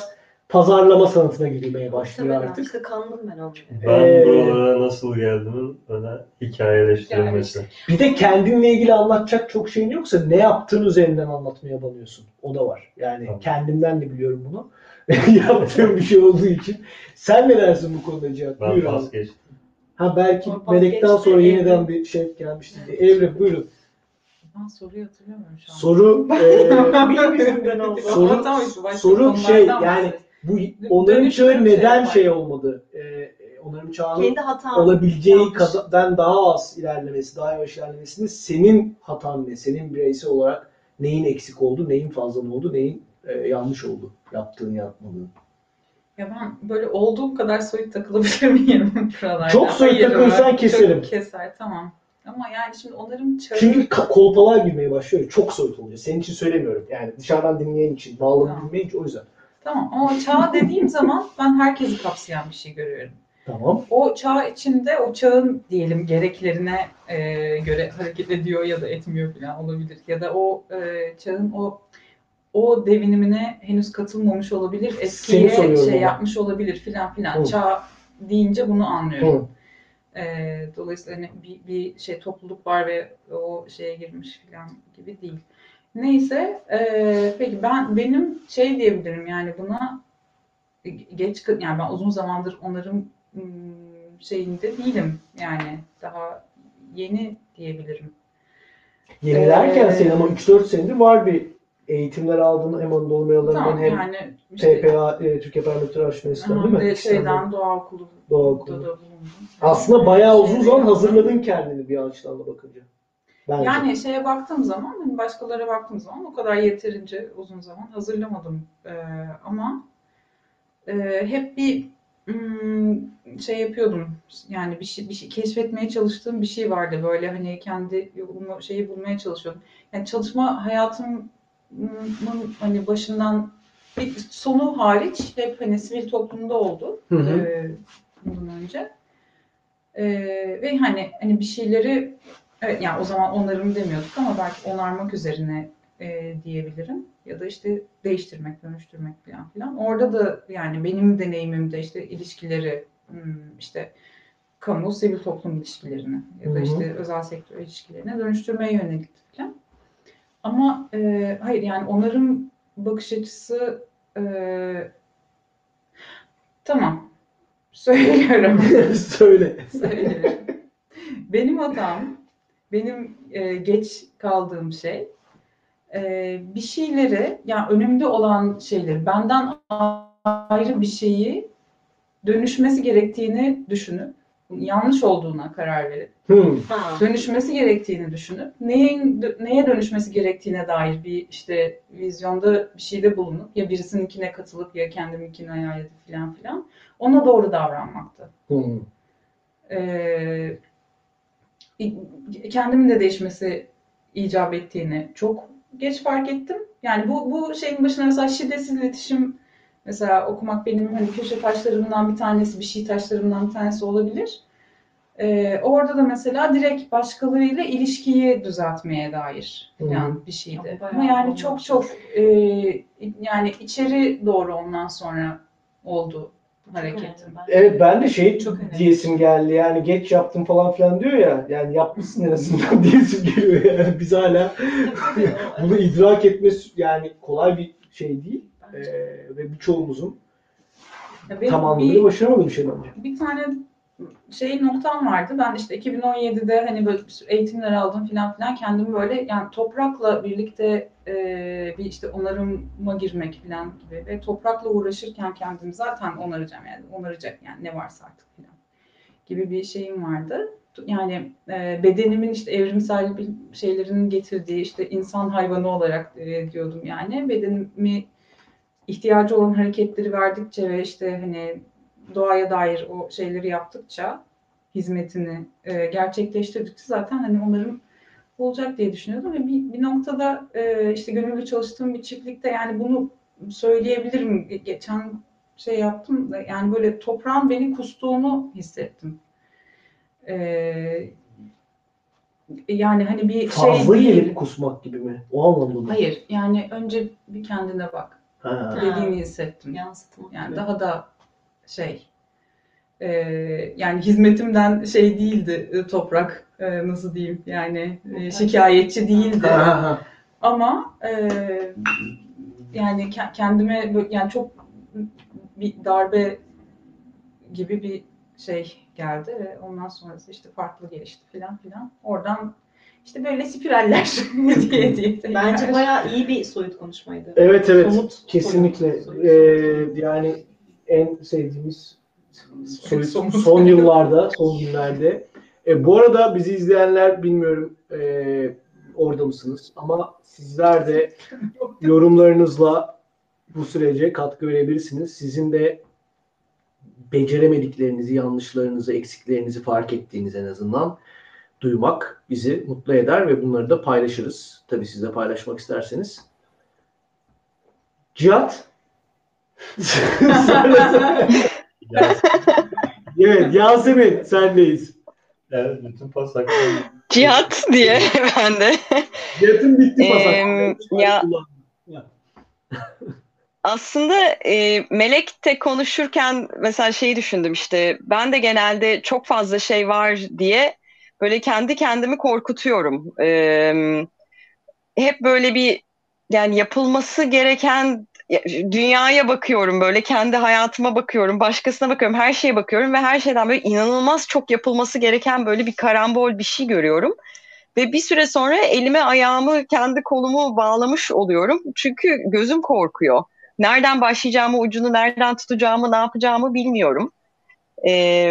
pazarlama sanatına girmeye başlıyor Tabii artık. tıkandım ben onu. Ben Ee, buralara nasıl geldiğimin bana hikayeleştirilmesi. Bir de kendinle ilgili anlatacak çok şeyin yoksa ne yaptığın üzerinden anlatmaya banıyorsun. O da var. Yani Tamam. kendimden de biliyorum bunu. Yaptığım bir şey olduğu için. Sen ne dersin bu konuda Cihat? Ben Buyur abi. pas geçtim. Ha belki O pas Melek'ten geçti, sonra yeniden Evrim. bir şey gelmişti. Evrim buyurun. Ben soruyu hatırlamıyorum şu an. Soru e, Benim yüzümden oldu. soru, Ama tamam işte başka soru şey konulardan yani bahsediyoruz. bu onların Dönüşüm çağı bir şey neden var. şey olmadı? E, onların çağının Kendi hatam. olabileceği yanlış. kadardan daha az ilerlemesi, daha yavaş ilerlemesinde senin hatan ne? Senin bireysel olarak neyin eksik oldu, neyin fazla oldu, neyin e, yanlış oldu? Yaptığın, yapmadığın. Ya ben böyle olduğum kadar soyut takılabilir miyim buralarda? Çok soyut Hayır, takılırsan ben keserim. Çok keser tamam. Ama yani şimdi onların çağı... Çünkü ka- kolpalar girmeye başlıyor. Çok soyut oluyor. Senin için söylemiyorum. Yani dışarıdan dinleyen için, bağlamı Tamam. bilmeyen için o yüzden. Tamam ama çağ dediğim zaman ben herkesi kapsayan bir şey görüyorum. Tamam. O çağ içinde o çağın diyelim gereklerine e, göre hareket ediyor ya da etmiyor falan olabilir. Ya da o e, çağın o o devinimine henüz katılmamış olabilir. Seni Eskiye soruyorum şey ama. yapmış olabilir filan filan. Hı. Çağ deyince bunu anlıyorum. Hı. Ee, dolayısıyla hani bir, bir şey topluluk var ve o şeye girmiş falan gibi değil. Neyse, e, peki ben benim şey diyebilirim yani buna geç yani ben uzun zamandır onların ım, şeyinde değilim yani daha yeni diyebilirim. Yeni derken Ee, senin ama üç dört senedir var bir eğitimler aldığın hem Anadolu Mayalarından Tamam hem yani T P A, e, Türkiye Parlamenter Araştırmacısı'ndan değil mi? de İkisinden de. şeyden doğa okulu Doğa da okulu. da bulundum. Aslında bayağı uzun Şeyde zaman yaptım. hazırladın kendini bir açıdan da bakınca. Bence. Yani şeye baktığım zaman, hani başkalarına baktığım zaman o kadar yeterince uzun zaman hazırlamadım. Ee, ama e, hep bir hmm, şey yapıyordum. Yani bir şey, bir şey keşfetmeye çalıştığım bir şey vardı. Böyle hani kendi yolumu şeyi bulmaya çalışıyordum. Yani çalışma hayatımın hani başından bir sonu hariç hep hani sivil toplumda oldu. Hı hı. E, bundan önce. E, ve hani hani bir şeyleri evet yani o zaman onarım demiyorduk ama belki onarmak üzerine e, diyebilirim. Ya da işte değiştirmek, dönüştürmek falan filan. Orada da yani benim deneyimimde işte ilişkileri işte kamu, sivil toplum ilişkilerini ya da Hı hı. işte özel sektör ilişkilerine dönüştürmeye yönelik falan. Ama e, hayır yani onarım bakış açısı e, tamam söylüyorum. Söyle. Söylüyorum. Benim hatam, benim e, geç kaldığım şey e, bir şeyleri, yani önümde olan şeyleri, benden ayrı bir şeyi dönüşmesi gerektiğini düşünüp, yanlış olduğuna karar verip, Hı. Ha. dönüşmesi gerektiğini düşünüp, neyin, neye dönüşmesi gerektiğine dair bir işte vizyonda bir şeyde bulunup, ya birisininkine katılıp ya kendiminkini hayal edip filan filan, ona doğru davranmaktı. Hı. Ee, kendimin de değişmesi icap ettiğini çok geç fark ettim. Yani bu bu şeyin başına mesela şiddetsiz iletişim mesela okumak benim hani köşe taşlarımdan bir tanesi, bir şey taşlarımdan bir tanesi olabilir. Ee, orada da mesela direkt başkalarıyla ilişkiyi düzeltmeye dair falan bir şeydi. Ama yani çok çok e, yani içeri doğru ondan sonra oldu hareketim. Evet ben de şey Çok önemli. diyesim geldi yani geç yaptım falan filan diyor ya yani yapmışsın en azından diyesim geliyor yani biz hala bunu idrak etmesi yani kolay bir şey değil ee, ve birçoğumuzun Ve tam anlamıyla bir, başaramadığı bir şey bence. bir tane şey noktam vardı. Ben işte iki bin on yedide hani böyle eğitimler aldım filan filan kendimi böyle yani toprakla birlikte e, bir işte onarıma girmek filan gibi ve toprakla uğraşırken kendimi zaten onaracağım yani onaracak yani ne varsa artık filan gibi bir şeyim vardı. Yani e, bedenimin işte evrimsel bir şeylerinin getirdiği işte insan hayvanı olarak e, diyordum yani bedenimi ihtiyacı olan hareketleri verdikçe ve işte hani doğaya dair o şeyleri yaptıkça hizmetini e, gerçekleştirdikçe zaten hani onların olacak diye düşünüyordum ve bir, bir noktada e, işte gönüllü çalıştığım bir çiftlikte yani bunu söyleyebilirim. Geçen şey yaptım da yani böyle toprağın beni kustuğunu hissettim. E, yani hani bir Fazla şey değil. gelip kusmak gibi mi? O anlamda mı? Hayır yani önce bir kendine bak. Ha. etkilediğini hissettim. Yansıtma. Yani daha da şey e, yani hizmetimden şey değildi e, toprak e, nasıl diyeyim yani e, şikayetçi değildi Ha, ha, ha. ama e, yani ke- kendime böyle- yani çok bir darbe gibi bir şey geldi ve ondan sonrası işte farklı gelişti filan filan. Oradan işte böyle spiraller diye diye. Bence bayağı iyi bir soyut konuşmaydı. Evet evet Somut kesinlikle. soyut, Ee, soyut. yani en sevdiğimiz soyut, Somut. son yıllarda, son günlerde. E, bu arada bizi izleyenler bilmiyorum e, orada mısınız ama sizler de yorumlarınızla bu sürece katkı verebilirsiniz. Sizin de beceremediklerinizi, yanlışlarınızı, eksiklerinizi fark ettiğiniz en azından duymak bizi mutlu eder ve bunları da paylaşırız. Tabii siz de paylaşmak isterseniz. Cihat? Evet, Yasemin sendeyiz. Evet, bütün pas hakkı. Cihat diye ben de. Cihat'ın bitti pas Em, hakkı. ya- Ya. Aslında e, Melek'te konuşurken mesela şeyi düşündüm işte ben de genelde çok fazla şey var diye böyle kendi kendimi korkutuyorum. Ee, hep böyle bir yani yapılması gereken ya, dünyaya bakıyorum böyle kendi hayatıma bakıyorum başkasına bakıyorum her şeye bakıyorum ve her şeyden böyle inanılmaz çok yapılması gereken böyle bir karambol bir şey görüyorum. Ve bir süre sonra elime ayağımı kendi kolumu bağlamış oluyorum. Çünkü gözüm korkuyor. Nereden başlayacağımı, ucunu nereden tutacağımı, ne yapacağımı bilmiyorum. Ee,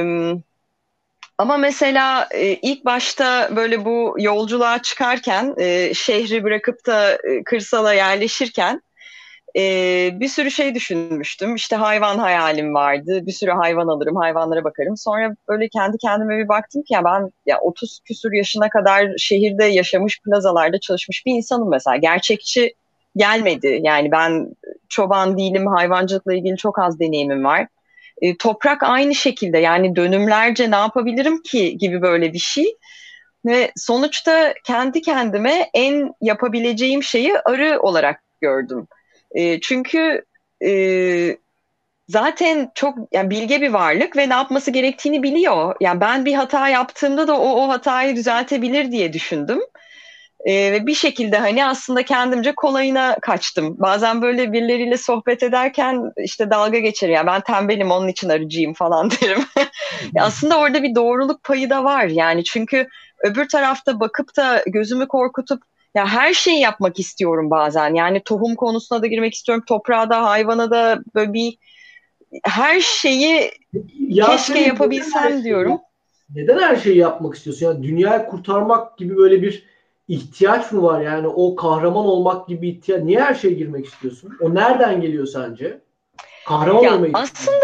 ama mesela e, ilk başta böyle bu yolculuğa çıkarken, e, şehri bırakıp da e, kırsala yerleşirken e, bir sürü şey düşünmüştüm. İşte hayvan hayalim vardı. Bir sürü hayvan alırım, hayvanlara bakarım. Sonra böyle kendi kendime bir baktım ki ya ben ya otuz küsur yaşına kadar şehirde yaşamış, plazalarda çalışmış bir insanım mesela. Gerçekçi gelmedi. Yani ben çoban değilim, hayvancılıkla ilgili çok az deneyimim var. E, toprak aynı şekilde yani dönümlerce ne yapabilirim ki gibi böyle bir şey. Ve sonuçta kendi kendime en yapabileceğim şeyi arı olarak gördüm. E, çünkü e, zaten çok yani bilge bir varlık ve ne yapması gerektiğini biliyor. Yani ben bir hata yaptığımda da o o hatayı düzeltebilir diye düşündüm. Ee, ve bir şekilde hani aslında kendimce kolayına kaçtım. Bazen böyle birileriyle sohbet ederken işte dalga geçerim. Yani ben tembelim onun için arıcıyım falan derim. Ya aslında orada bir doğruluk payı da var. Yani çünkü öbür tarafta bakıp da gözümü korkutup ya her şeyi yapmak istiyorum bazen. Yani tohum konusuna da girmek istiyorum. Toprağa da hayvana da böyle bir her şeyi keşke Yasemin, yapabilsem diyorum. neden her şeyi yapmak istiyorsun? Yani dünyayı kurtarmak gibi böyle bir ihtiyaç mı var? Yani o kahraman olmak gibi ihtiyaç. Niye her şeye girmek istiyorsun? O nereden geliyor sence? Kahraman Ya olmayı aslında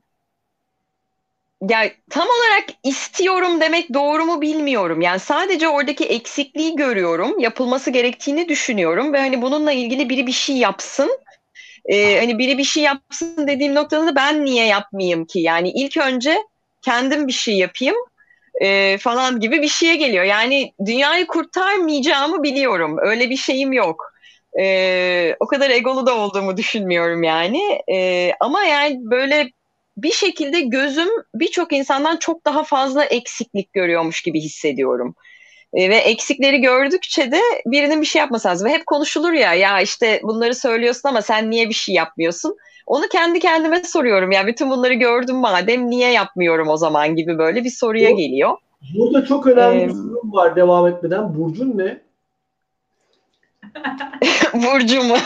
ya tam olarak istiyorum demek doğru mu bilmiyorum. Yani sadece oradaki eksikliği görüyorum, yapılması gerektiğini düşünüyorum ve hani bununla ilgili biri bir şey yapsın. Ee, hani biri bir şey yapsın dediğim noktada da ben niye yapmayayım ki? Yani ilk önce kendim bir şey yapayım e, falan gibi bir şeye geliyor. Yani dünyayı kurtarmayacağımı biliyorum. Öyle bir şeyim yok. Ee, o kadar egolu da olduğumu düşünmüyorum yani. Ee, ama yani böyle bir şekilde gözüm birçok insandan çok daha fazla eksiklik görüyormuş gibi hissediyorum. Ee, ve eksikleri gördükçe de birinin bir şey yapması lazım. Ve hep konuşulur ya, ya işte bunları söylüyorsun ama sen niye bir şey yapmıyorsun? Onu kendi kendime soruyorum. Ya bütün bunları gördüm madem niye yapmıyorum o zaman gibi böyle bir soruya Bu- geliyor. Burada çok önemli Ee, bir sorun var devam etmeden. Burcun ne? Burcu mu?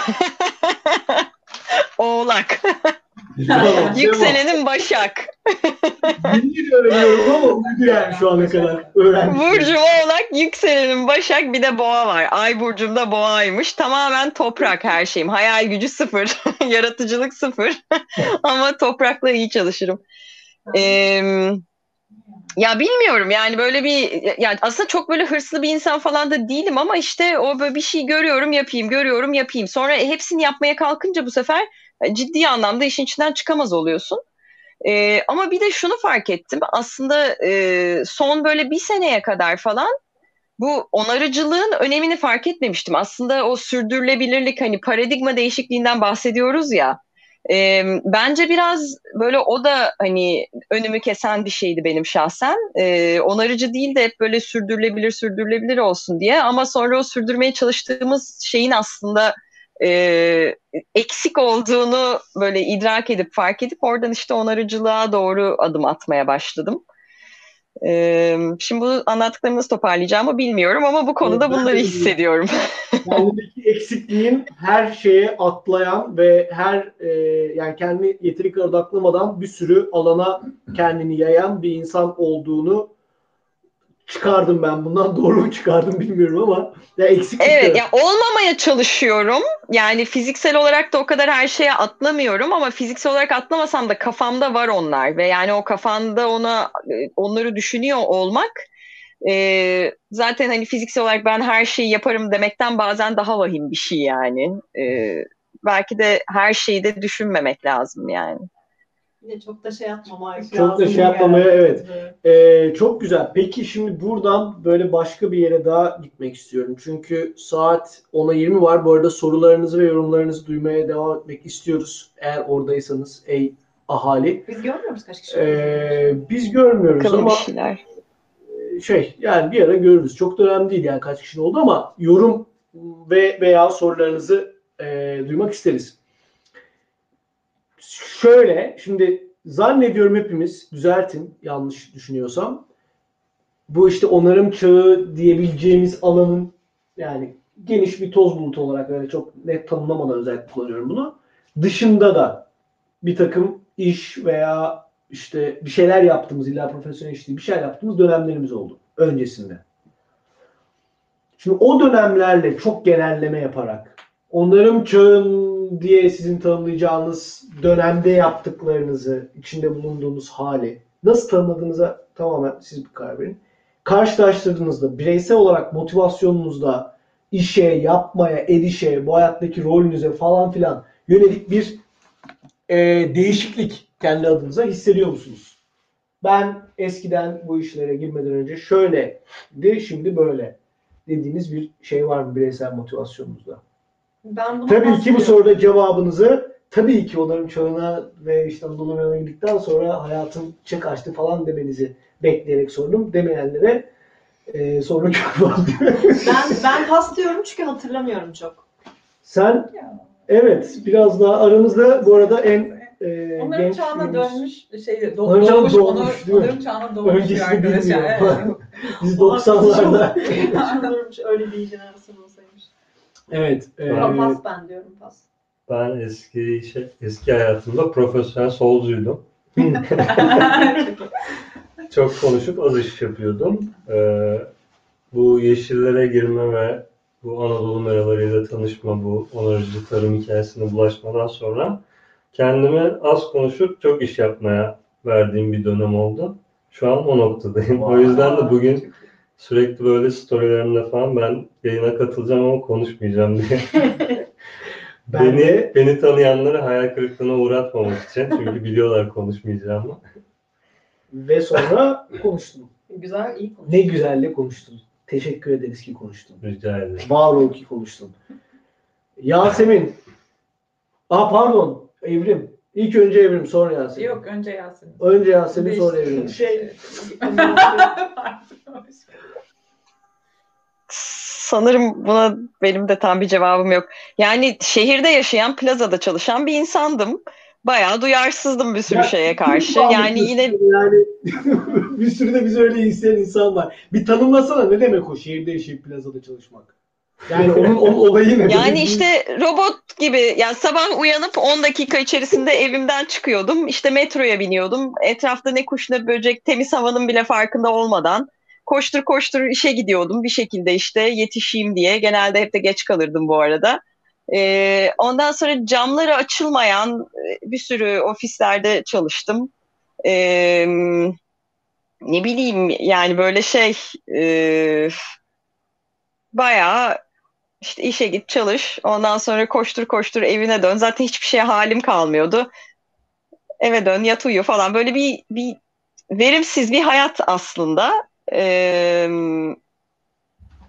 Oğlak. Tamam, Yükselenim Başak. Yeni öğreniyorum ama uydu yani şu ana kadar. Öğrendim. Burcum Oğlak, yükselenim Başak, bir de Boğa var. Ay burcumda Boğaymış. Tamamen toprak her şeyim. Hayal gücü sıfır. Yaratıcılık sıfır. Ama toprakla iyi çalışırım. Ee, ya bilmiyorum yani böyle bir yani aslında çok böyle hırslı bir insan falan da değilim ama işte o böyle bir şey görüyorum yapayım, görüyorum yapayım. Sonra hepsini yapmaya kalkınca bu sefer ciddi anlamda işin içinden çıkamaz oluyorsun. Ee, ama bir de şunu fark ettim. Aslında e, son böyle bir seneye kadar falan bu onarıcılığın önemini fark etmemiştim. Aslında o sürdürülebilirlik, hani paradigma değişikliğinden bahsediyoruz ya. E, bence biraz böyle o da hani önümü kesen bir şeydi benim şahsen. E, onarıcı değil de hep böyle sürdürülebilir sürdürülebilir olsun diye. Ama sonra o sürdürmeye çalıştığımız şeyin aslında e, eksik olduğunu böyle idrak edip fark edip oradan işte onarıcılığa doğru adım atmaya başladım. Ee, şimdi bu anlattıklarımı nasıl toparlayacağımı bilmiyorum ama bu konuda Ben bunları de hissediyorum. kendindeki eksikliğin her şeye atlayan ve her e, yani kendi yeteri kadar odaklamadan bir sürü alana kendini yayan bir insan olduğunu çıkardım ben. Bundan doğru mu çıkardım bilmiyorum ama ya eksiklik Evet, de- ya olmamaya çalışıyorum. Yani fiziksel olarak da o kadar her şeye atlamıyorum ama fiziksel olarak atlamasam da kafamda var onlar ve yani o kafanda ona onları düşünüyor olmak e, zaten hani fiziksel olarak ben her şeyi yaparım demekten bazen daha vahim bir şey yani. E, belki de her şeyi de düşünmemek lazım yani. Bir de çok da şey yapmamak Çok da lazım şey yapmamaya, yani. evet. Ee, çok güzel. Peki şimdi buradan böyle başka bir yere daha gitmek istiyorum. Çünkü saat ona yirmi var. Bu arada sorularınızı ve yorumlarınızı duymaya devam etmek istiyoruz. Eğer oradaysanız ey ahali. Biz görmüyoruz kaç kişi. Ee, biz görmüyoruz Bakalım bir ama şeyler. şey yani bir ara görürüz. Çok da önemli değil yani kaç kişinin oldu ama yorum ve veya sorularınızı e, duymak isteriz. Şöyle, şimdi zannediyorum hepimiz, düzeltin yanlış düşünüyorsam, bu işte onarım çağı diyebileceğimiz alanın yani geniş bir toz bulutu olarak öyle çok net tanımlamadan özellikle kullanıyorum bunu. Dışında da bir takım iş veya işte bir şeyler yaptığımız, illa profesyonel iş değil, bir şeyler yaptığımız dönemlerimiz oldu öncesinde. Şimdi o dönemlerle çok genelleme yaparak onarım çağın diye sizin tanımlayacağınız dönemde yaptıklarınızı, içinde bulunduğunuz hali nasıl tanımladığınıza tamamen siz bir karar verin. Karşılaştırdığınızda bireysel olarak motivasyonunuzda işe, yapmaya, erişe, bu hayattaki rolünüze falan filan yönelik bir e, değişiklik kendi adınıza hissediyor musunuz? Ben eskiden bu işlere girmeden önce şöyleydi, şimdi böyle dediğiniz bir şey var mı bireysel motivasyonunuzda? Ben bunu Tabii ki bu bahsediyorum. soruda cevabınızı tabii ki onların çağına ve işte Anadolu Yoluna girdikten sonra hayatım çek açtı falan demenizi bekleyerek sordum. Demeyenlere e, sonra çok var diyor. Ben, ben pas diyorum çünkü hatırlamıyorum çok. Sen evet biraz daha aramızda bu arada en e, Onların genç çağına birimiz. dönmüş, şey, do- Onların çağına doğmuş, doğmuş, onu- değil mi? onların çağına doğmuş bir Öncesini arkadaş. bilmiyor. Yani. Biz doksanlarda. Düşünürmüş öyle bir jenerasyon olsaymış. Evet. E, Ama pas ben diyorum pas. Ben eski şey, eski hayatımda profesyonel solcuydum. Çok konuşup az iş yapıyordum. Ee, bu yeşillere girme ve bu Anadolu meralarıyla tanışma, bu onarıcı tarım hikayesine bulaşmadan sonra kendime az konuşup çok iş yapmaya verdiğim bir dönem oldu. Şu an o noktadayım. O yüzden de bugün sürekli böyle storylerimde falan ben yayına katılacağım ama konuşmayacağım diye. ben Beni de beni tanıyanları hayal kırıklığına uğratmamak için çünkü biliyorlar konuşmayacağımı. ve sonra konuştum. Güzel, iyi konuş. Ne güzelle konuştun. Teşekkür ederiz ki konuştun. Rica ederim. Var ol ki konuştun. Yasemin. Aa pardon. Evrim. İlk önce Evrim sonra Yasemin. Yok, önce Yasemin. Önce Yasemin Beş- sonra Evrim. Şey, Sanırım buna benim de tam bir cevabım yok. Yani şehirde yaşayan, plazada çalışan bir insandım. Bayağı duyarsızdım bir sürü Ya, şeye karşı. çok Yani yine yani bir sürü de biz öyle hisseden insan var. Bir tanımlasana ne demek o şehirde yaşayıp plazada çalışmak? Yani onun, onun olayı ne? yani Biz- işte robot gibi, yani sabah uyanıp on dakika içerisinde evimden çıkıyordum. İşte metroya biniyordum. Etrafta ne kuş ne böcek, temiz havanın bile farkında olmadan koştur koştur işe gidiyordum bir şekilde, işte yetişeyim diye. Genelde hep de geç kalırdım bu arada. Ee, ondan sonra camları açılmayan e, bir sürü ofislerde çalıştım. Ee, ne bileyim yani böyle şey e, bayağı işte işe git çalış, ondan sonra koştur koştur evine dön. Zaten hiçbir şeye halim kalmıyordu. Eve dön, yat uyu falan, böyle bir, bir verimsiz bir hayat aslında. Ee,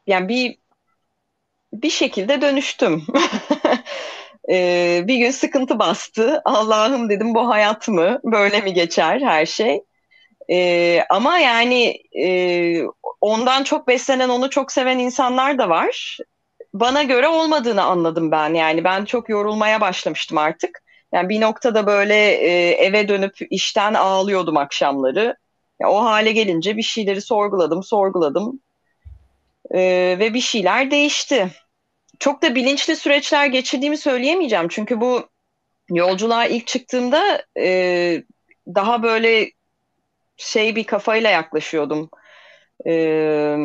yani bir bir şekilde dönüştüm. Ee, bir gün sıkıntı bastı. Allah'ım dedim, bu hayat mı? Böyle mi geçer her şey? Ee, ama yani e, ondan çok beslenen, onu çok seven insanlar da var. Bana göre olmadığını anladım ben. Yani ben çok yorulmaya başlamıştım artık. Yani bir noktada böyle e, eve dönüp işten ağlıyordum akşamları. Ya, o hale gelince bir şeyleri sorguladım, sorguladım. Ee, ve bir şeyler değişti. Çok da bilinçli süreçler geçirdiğimi söyleyemeyeceğim. Çünkü bu yolculuğa ilk çıktığımda e, daha böyle şey bir kafayla yaklaşıyordum. E,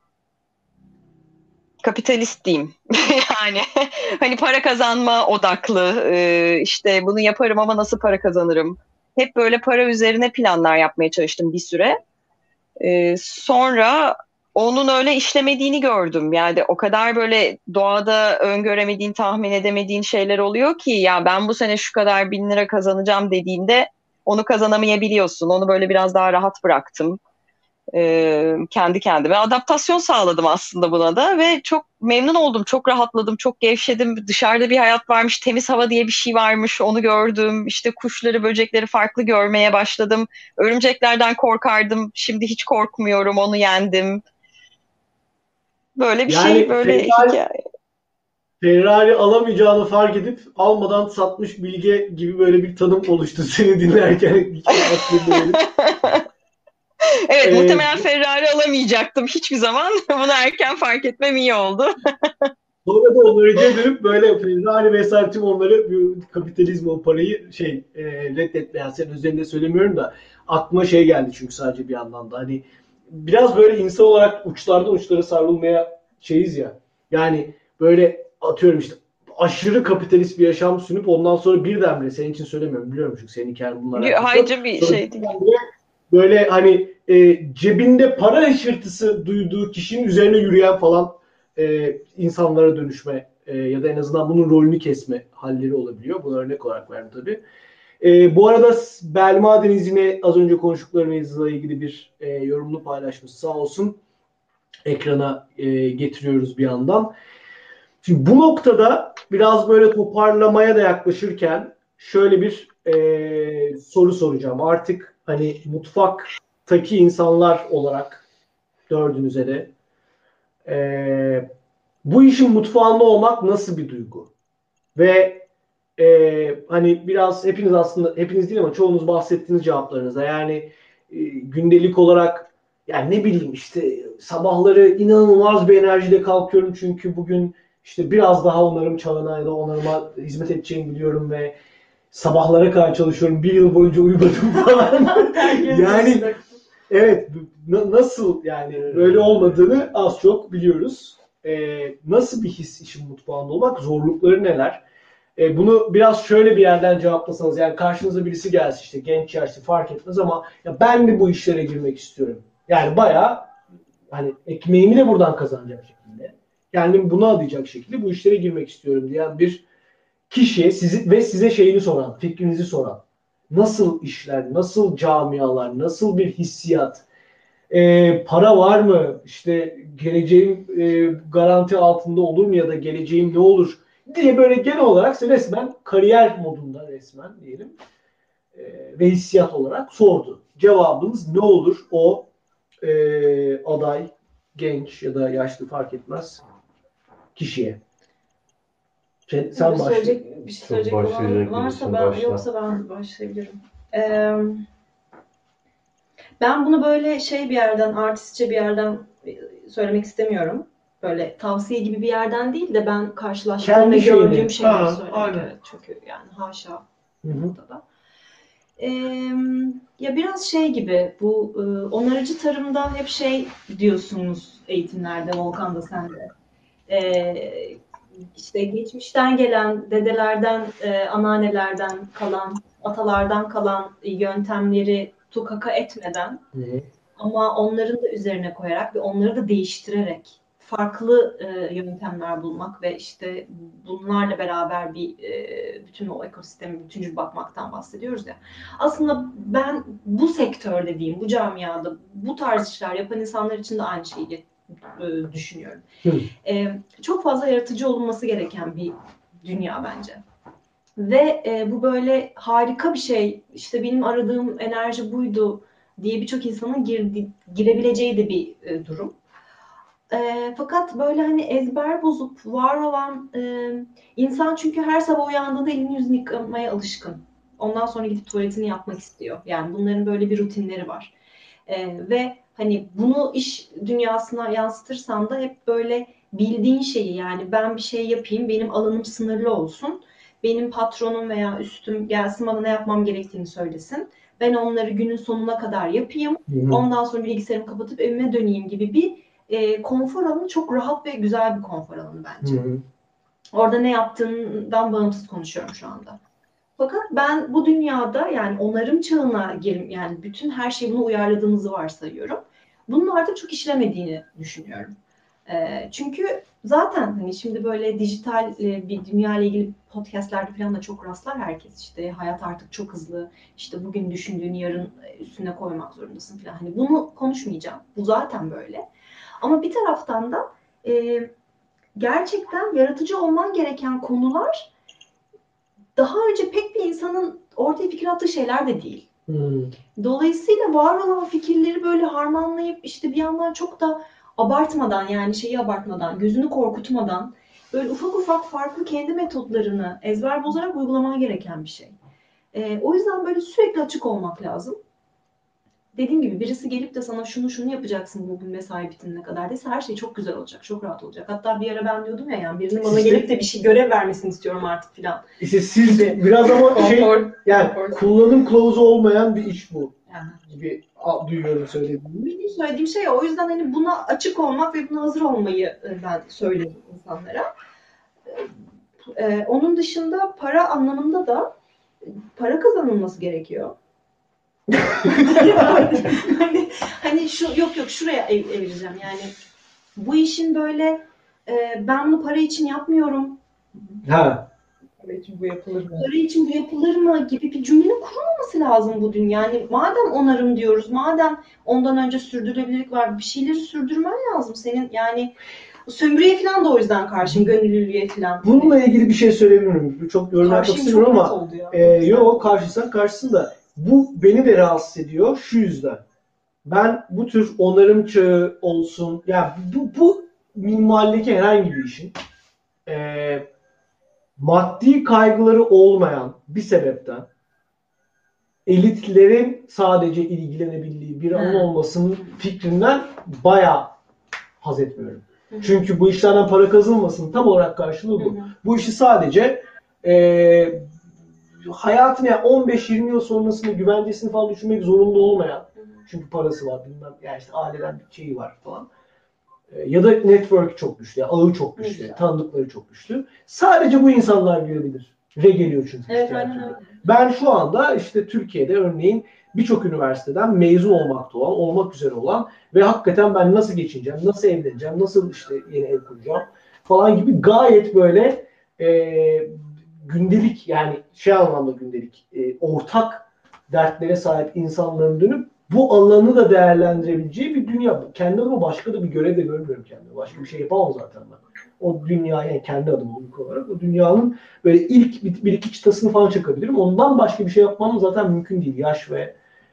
Kapitalist diyeyim. Yani hani para kazanma odaklı, e, işte bunu yaparım ama nasıl para kazanırım? Hep böyle para üzerine planlar yapmaya çalıştım bir süre. E, sonra onun öyle işlemediğini gördüm. Yani o kadar böyle doğada öngöremediğin, tahmin edemediğin şeyler oluyor ki, ya ben bu sene şu kadar bin lira kazanacağım dediğinde onu kazanamayabiliyorsun. Onu böyle biraz daha rahat bıraktım. Ee, kendi kendime adaptasyon sağladım aslında buna da ve çok memnun oldum, çok rahatladım, çok gevşedim. Dışarıda bir hayat varmış, temiz hava diye bir şey varmış, onu gördüm. İşte kuşları, böcekleri farklı görmeye başladım. Örümceklerden korkardım, şimdi hiç korkmuyorum, onu yendim. Böyle bir şey, Yani böyle Ferrari, hikaye. Ferrari alamayacağını fark edip almadan satmış Bilge gibi böyle bir tanım oluştu seni dinlerken. Evet, Ee, muhtemelen Ferrari alamayacaktım hiçbir zaman. Bunu erken fark etmem iyi oldu. Sonra da onları geri dönüp böyle Ferrari vesaire tüm onları kapitalizm, o parayı şey e, reddetmeyen, senin üzerinde söylemiyorum da aklıma şey geldi çünkü sadece bir yandan da hani biraz böyle insan olarak uçlardan uçlara savrulmaya şeyiz ya. Yani böyle atıyorum işte aşırı kapitalist bir yaşam sürüp ondan sonra birdenbire, senin için söylemiyorum biliyorum çünkü senin hikayen bununla alakası yok. Haycı bir Sonra şey değil. böyle hani e, cebinde para hışırtısı duyduğu kişinin üzerine yürüyen falan e, insanlara dönüşme e, ya da en azından bunun rolünü kesme halleri olabiliyor. Bunu örnek olarak verdim tabii. E, bu arada Belma Deniz yine az önce konuştuklarımızla ilgili bir e, yorumunu paylaşmış. Sağ olsun. Ekrana e, getiriyoruz bir yandan. Şimdi bu noktada biraz böyle toparlamaya da yaklaşırken şöyle bir e, soru soracağım. Artık hani mutfaktaki insanlar olarak dördünüze de e, bu işin mutfağında olmak nasıl bir duygu? Ve e, hani biraz hepiniz, aslında hepiniz değil ama çoğunuz bahsettiğiniz cevaplarınızda yani e, gündelik olarak yani ne bileyim işte sabahları inanılmaz bir enerjide kalkıyorum çünkü bugün işte biraz daha onarım çağına ya da onarıma hizmet edeceğimi biliyorum ve sabahlara kadar çalışıyorum. Bir yıl boyunca uyumadım falan. Yani evet, na- nasıl yani böyle olmadığını az çok biliyoruz. Ee, nasıl bir his işin mutfağında olmak? Zorlukları neler? Ee, bunu biraz şöyle bir yerden cevaplasanız, yani karşınıza birisi gelsin işte genç yaşlı fark etmez ama ya ben de bu işlere girmek istiyorum. Yani bayağı hani ekmeğimi de buradan kazanacak şekilde, kendimi buna adayacak şekilde bu işlere girmek istiyorum diyen bir kişiye sizi ve size şeyini soran, fikrinizi soran, nasıl işler, nasıl camialar, nasıl bir hissiyat, e, para var mı, işte geleceğim e, garanti altında olur mu ya da geleceğim ne olur diye böyle genel olarak resmen kariyer modunda resmen diyelim e, ve hissiyat olarak sordu. Cevabınız ne olur o e, aday, genç ya da yaşlı fark etmez kişiye? Sen, sen bir başla. söyleyecek, bir şey Çok söyleyecek başlayacak olan bir varsa isim ben, başla. yoksa ben başlayabilirim. Ee, ben bunu böyle şey bir yerden, artistçe bir yerden söylemek istemiyorum. Böyle tavsiye gibi bir yerden değil de ben karşılaştığım Kendi ve şeyini. gördüğüm şeyleri Ha, söylemek. aynen. Evet, çünkü yani haşa Hı hı. noktada. Ee, ya biraz şey gibi, bu e, onarıcı tarımda hep şey diyorsunuz eğitimlerde, Volkan da sen de. Ee, işte geçmişten gelen, dedelerden, e, anneannelerden kalan, atalardan kalan yöntemleri tukaka etmeden Hı hı. ama onların da üzerine koyarak ve onları da değiştirerek farklı e, yöntemler bulmak ve işte bunlarla beraber bir e, bütün o ekosistemi bütüncül bakmaktan bahsediyoruz ya. Aslında ben bu sektör dediğim, bu camiada bu tarz işler yapan insanlar için de aynı şeyi e, düşünüyorum. Hı. E, çok fazla yaratıcı olunması gereken bir dünya bence. Ve e, bu böyle harika bir şey, işte benim aradığım enerji buydu diye birçok insanın girdi, girebileceği de bir e, durum. E, fakat böyle hani ezber bozup var olan e, insan, çünkü her sabah uyandığında elini yüzünü yıkamaya alışkın. Ondan sonra gidip tuvaletini yapmak istiyor. Yani bunların böyle bir rutinleri var. E, ve hani bunu iş dünyasına yansıtırsan da hep böyle bildiğin şeyi, yani ben bir şey yapayım, benim alanım sınırlı olsun. Benim patronum veya üstüm gelsin bana ne yapmam gerektiğini söylesin. Ben onları günün sonuna kadar yapayım. Hı hı. Ondan sonra bilgisayarımı kapatıp evime döneyim gibi bir e, konfor alanı, çok rahat ve güzel bir konfor alanı bence. Hı hı. Orada ne yaptığından bağımsız konuşuyorum şu anda. Fakat ben bu dünyada, yani onarım çağına girim, yani bütün her şeyi buna uyarladığımızı varsayıyorum. Bunun artık çok işlemediğini düşünüyorum. E, çünkü zaten hani şimdi böyle dijital e, bir dünya ile ilgili podcastlerde falan da çok rastlar herkes, işte hayat artık çok hızlı, işte bugün düşündüğünü yarın üstüne koymak zorundasın falan. Hani bunu konuşmayacağım. Bu zaten böyle. Ama bir taraftan da e, gerçekten yaratıcı olman gereken konular daha önce pek bir insanın ortaya fikir attığı şeyler de değil. Hı. Dolayısıyla var olan fikirleri böyle harmanlayıp işte bir yandan çok da abartmadan, yani şeyi abartmadan, gözünü korkutmadan böyle ufak ufak farklı kendi metotlarını ezber bozarak uygulaman gereken bir şey. Ee, o yüzden böyle sürekli açık olmak lazım. Dediğim gibi birisi gelip de sana şunu şunu yapacaksın bugün mesai bitimine kadar dese, her şey çok güzel olacak, çok rahat olacak. Hatta bir ara ben diyordum ya, yani birinin bana İşte- gelip de bir şey görev vermesini istiyorum artık filan. İşte siz biraz ama şey, Konfor. yani konfor. kullanım kılavuzu olmayan bir iş bu Yani. gibi a- duyuyorum söylediğimi. Benim söylediğim şey o. O yüzden hani buna açık olmak ve buna hazır olmayı e, ben söylüyorum insanlara. Ee, onun dışında para anlamında da para kazanılması gerekiyor. hani, hani şu yok yok şuraya ev, evireceğim yani. Bu işin böyle e, ben bunu para için yapmıyorum. Ha. Para için bu yapılır mı? Para için bu yapılır mı gibi bir cümlenin kurulmaması lazım bu dünya. Yani madem onarım diyoruz, madem ondan önce sürdürülebilirlik var, bir şeyleri sürdürmen lazım senin. Yani sömürüye falan da o yüzden karşıyım, gönüllülüğe falan. Bununla ilgili bir şey söyleyebilir miyim? Çok yorum yapmak Karşıyım, istemiyorum çok net ama oldu ya. e, yok karşıysan karşısın da bu beni de rahatsız ediyor şu yüzden. Ben bu tür onarım çağı olsun, ya bu, bu minvaldeki herhangi bir işin e, maddi kaygıları olmayan bir sebepten elitlerin sadece ilgilenebildiği bir alan Hmm. olmasının fikrinden bayağı haz etmiyorum. Hı hı. Çünkü bu işlerden para kazanılmasının tam olarak karşılığı bu. Hı hı. Bu işi sadece e, hayatın yani on beş yirmi yıl sonrasında güvencesini falan düşünmek zorunda olmayan, çünkü parası var bilmem, yani işte aileden bir şeyi var falan. E, ya da network çok güçlü, yani ağı çok güçlü, Güzel. tanıdıkları çok güçlü. Sadece bu insanlar girebilir. Ve geliyor çünkü. Evet, işte aynen her türlü. öyle. Ben şu anda işte Türkiye'de örneğin birçok üniversiteden mezun olmakta olan, olmak üzere olan ve hakikaten ben nasıl geçineceğim, nasıl evleneceğim, nasıl işte yeni ev kuracağım falan gibi gayet böyle e, gündelik, yani şey anlamda gündelik, e, ortak dertlere sahip insanların dönüp bu alanı da değerlendirebileceği bir dünya. Kendi adıma başka da bir görev de görmüyorum kendime. Başka bir şey yapamam zaten ben. O dünyaya, yani kendi adıma ilk olarak o dünyanın böyle ilk bir, bir iki çıtasını falan çakabilirim. Ondan başka bir şey yapmam zaten mümkün değil. Yaş ve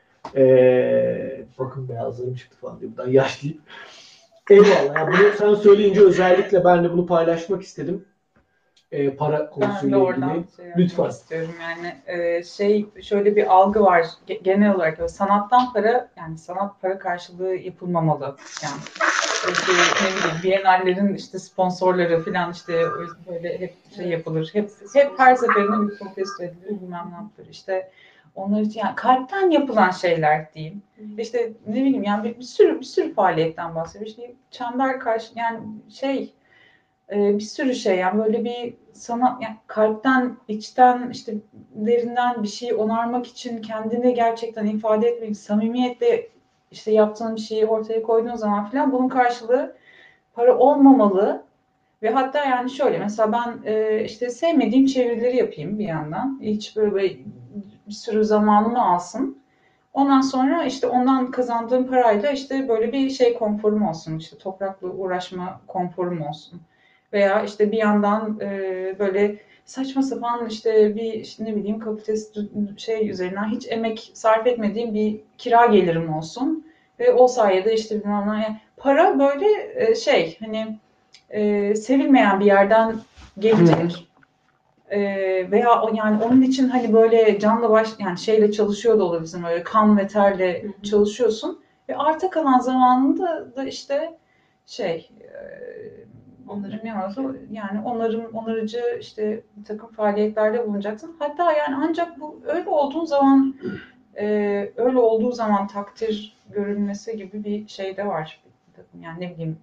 ee, bakın beyazlarım çıktı falan diye buradan yaş deyip. Eyvallah. Yani bunu sen söyleyince özellikle ben de bunu paylaşmak istedim. Ee, para Ben de konusuyla oradan ilgili. şey Lütfen. yapmak istiyorum. Yani e, şey şöyle bir algı var ge- genel olarak, böyle sanattan para, yani sanat para karşılığı yapılmamalı. Yani işte ne bileyim Biennallerin işte sponsorları falan işte böyle hep şey yapılır. Hep hep her seferinde bir protesto edilir, bilmem ne yapılır. İşte onlar için yani kalpten yapılan şeyler diyeyim. İşte ne bileyim yani bir, bir sürü bir sürü faaliyetten bahsediyor. İşte çember karşı yani şey Ee, bir sürü şey, yani böyle bir sanat, yani kalpten, içten, işte derinden bir şey onarmak için kendini gerçekten ifade etmek, samimiyetle işte yaptığın bir şeyi ortaya koyduğun zaman falan bunun karşılığı para olmamalı. Ve hatta yani şöyle mesela ben e, işte sevmediğim çevirileri yapayım bir yandan. Hiç böyle bir sürü zamanımı alsın. Ondan sonra işte ondan kazandığım parayla işte böyle bir şey konforum olsun, işte toprakla uğraşma konforum olsun. Veya işte bir yandan e, böyle saçma sapan işte bir işte ne bileyim kapitalist şey üzerinden hiç emek sarf etmediğim bir kira gelirim olsun. Ve o sayede işte bilmem ne, yani para böyle e, şey hani e, sevilmeyen bir yerden gelecek. E, veya o, yani onun için hani böyle canla baş yani şeyle çalışıyor da olabilirsin, böyle kan ve terle Hı hı. çalışıyorsun ve arta kalan zamanında da işte şey e, Onları ne varsa yani onarım onarıcı işte bir takım faaliyetlerde bulunacaksın. Hatta yani ancak bu öyle olduğun zaman e, öyle olduğu zaman takdir görülmesi gibi bir şey de var. Yani ne bileyim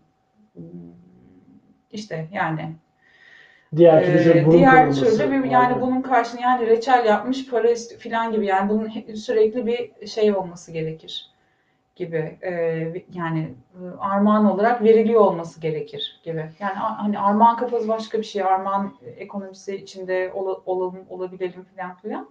işte yani Diğer türlü şey ee, burun diğer kıvırması türlü bir var, yani değil mi? bunun karşını yani reçel yapmış para ist- filan gibi yani bunun he- sürekli bir şey olması gerekir gibi. Ee, yani e, armağan olarak veriliyor olması gerekir gibi. Yani a- hani armağan kafası başka bir şey. Armağan ekonomisi içinde ola- olalım, olabilelim filan filan.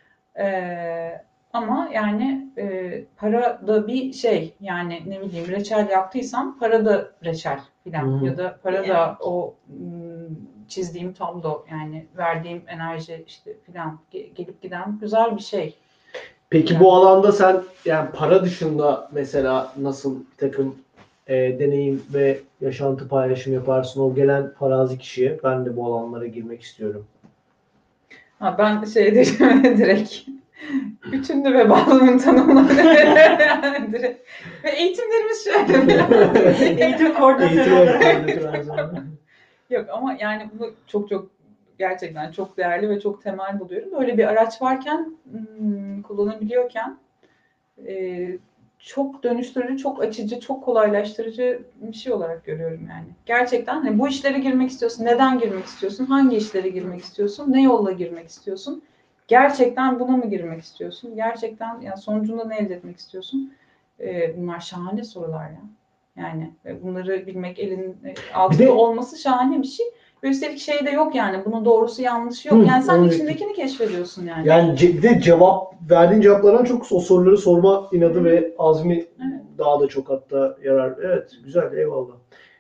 Ee, ama yani e, para da bir şey yani ne bileyim reçel yaptıysam para da reçel filan Hı hı. ya da para Bir da emek. o m, çizdiğim tablo yani verdiğim enerji işte filan ge- gelip giden güzel bir şey. Peki Yani. bu alanda sen yani para dışında mesela nasıl bir takım e, deneyim ve yaşantı paylaşımı yaparsın o gelen farazi kişiye ben de bu alanlara girmek istiyorum. Ha, ben şey dedim direkt bütünlü ve bağlamın tanımları yani direkt. Ve eğitimlerimiz şöyle filan. Eğitim koordinatörü Eğitim olarak. koordinatörü aynı zamanda. Yok ama yani bunu çok çok gerçekten çok değerli ve çok temel buluyorum. Böyle bir araç varken, hmm, kullanabiliyorken e, çok dönüştürücü, çok açıcı, çok kolaylaştırıcı bir şey olarak görüyorum yani. Gerçekten hani bu işlere girmek istiyorsun, neden girmek istiyorsun, hangi işlere girmek istiyorsun, ne yolla girmek istiyorsun, gerçekten buna mı girmek istiyorsun, gerçekten yani sonucunda ne elde etmek istiyorsun? E, bunlar şahane sorular ya. Yani e, bunları bilmek elin e, altında de- olması şahane bir şey. Ve üstelik şey de yok yani bunun doğrusu yanlışı yok. Hı, Yani sen onu içindekini keşfediyorsun yani. Yani ce- bir de cevap verdiğin cevaplardan çok o soruları sorma inadı Hı. ve azmi Evet. daha da çok hatta yarar. Evet güzel eyvallah.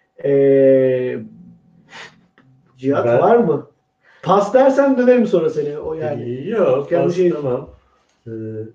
Ee, Cihat Ben- var mı? Pas dersen dönerim sonra seni. O yani. Yok, kendi pas şey- tamam. Ee,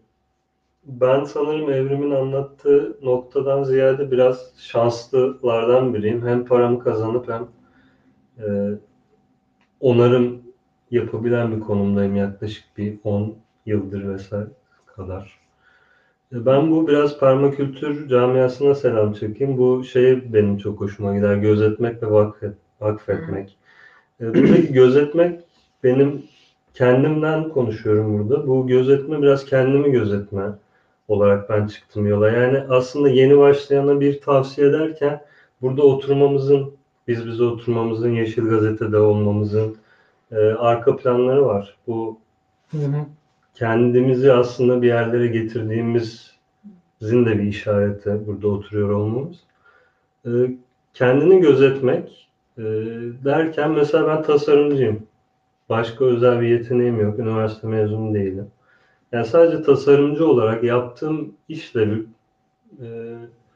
ben sanırım Evrim'in anlattığı noktadan ziyade biraz şanslılardan biriyim. Hem paramı kazanıp hem e, onarım yapabilen bir konumdayım yaklaşık bir on yıldır vesaire kadar. E, Ben bu biraz permakültür camiasına selam çekeyim. Bu şeye benim çok hoşuma gider. Gözetmek ve vakfet, vakfetmek. E, Buradaki gözetmek benim kendimden konuşuyorum burada. Bu gözetme biraz kendimi gözetme olarak ben çıktım yola. Yani aslında yeni başlayana bir tavsiye ederken burada oturmamızın, biz bize oturmamızın, Yeşil Gazete'de olmamızın e, arka planları var. Bu Hı hı. kendimizi aslında bir yerlere getirdiğimizin de bir işareti burada oturuyor olmamız. E, kendini gözetmek e, derken mesela ben tasarımcıyım. Başka özel bir yeteneğim yok. Üniversite mezunu değilim. Yani sadece tasarımcı olarak yaptığım işle e,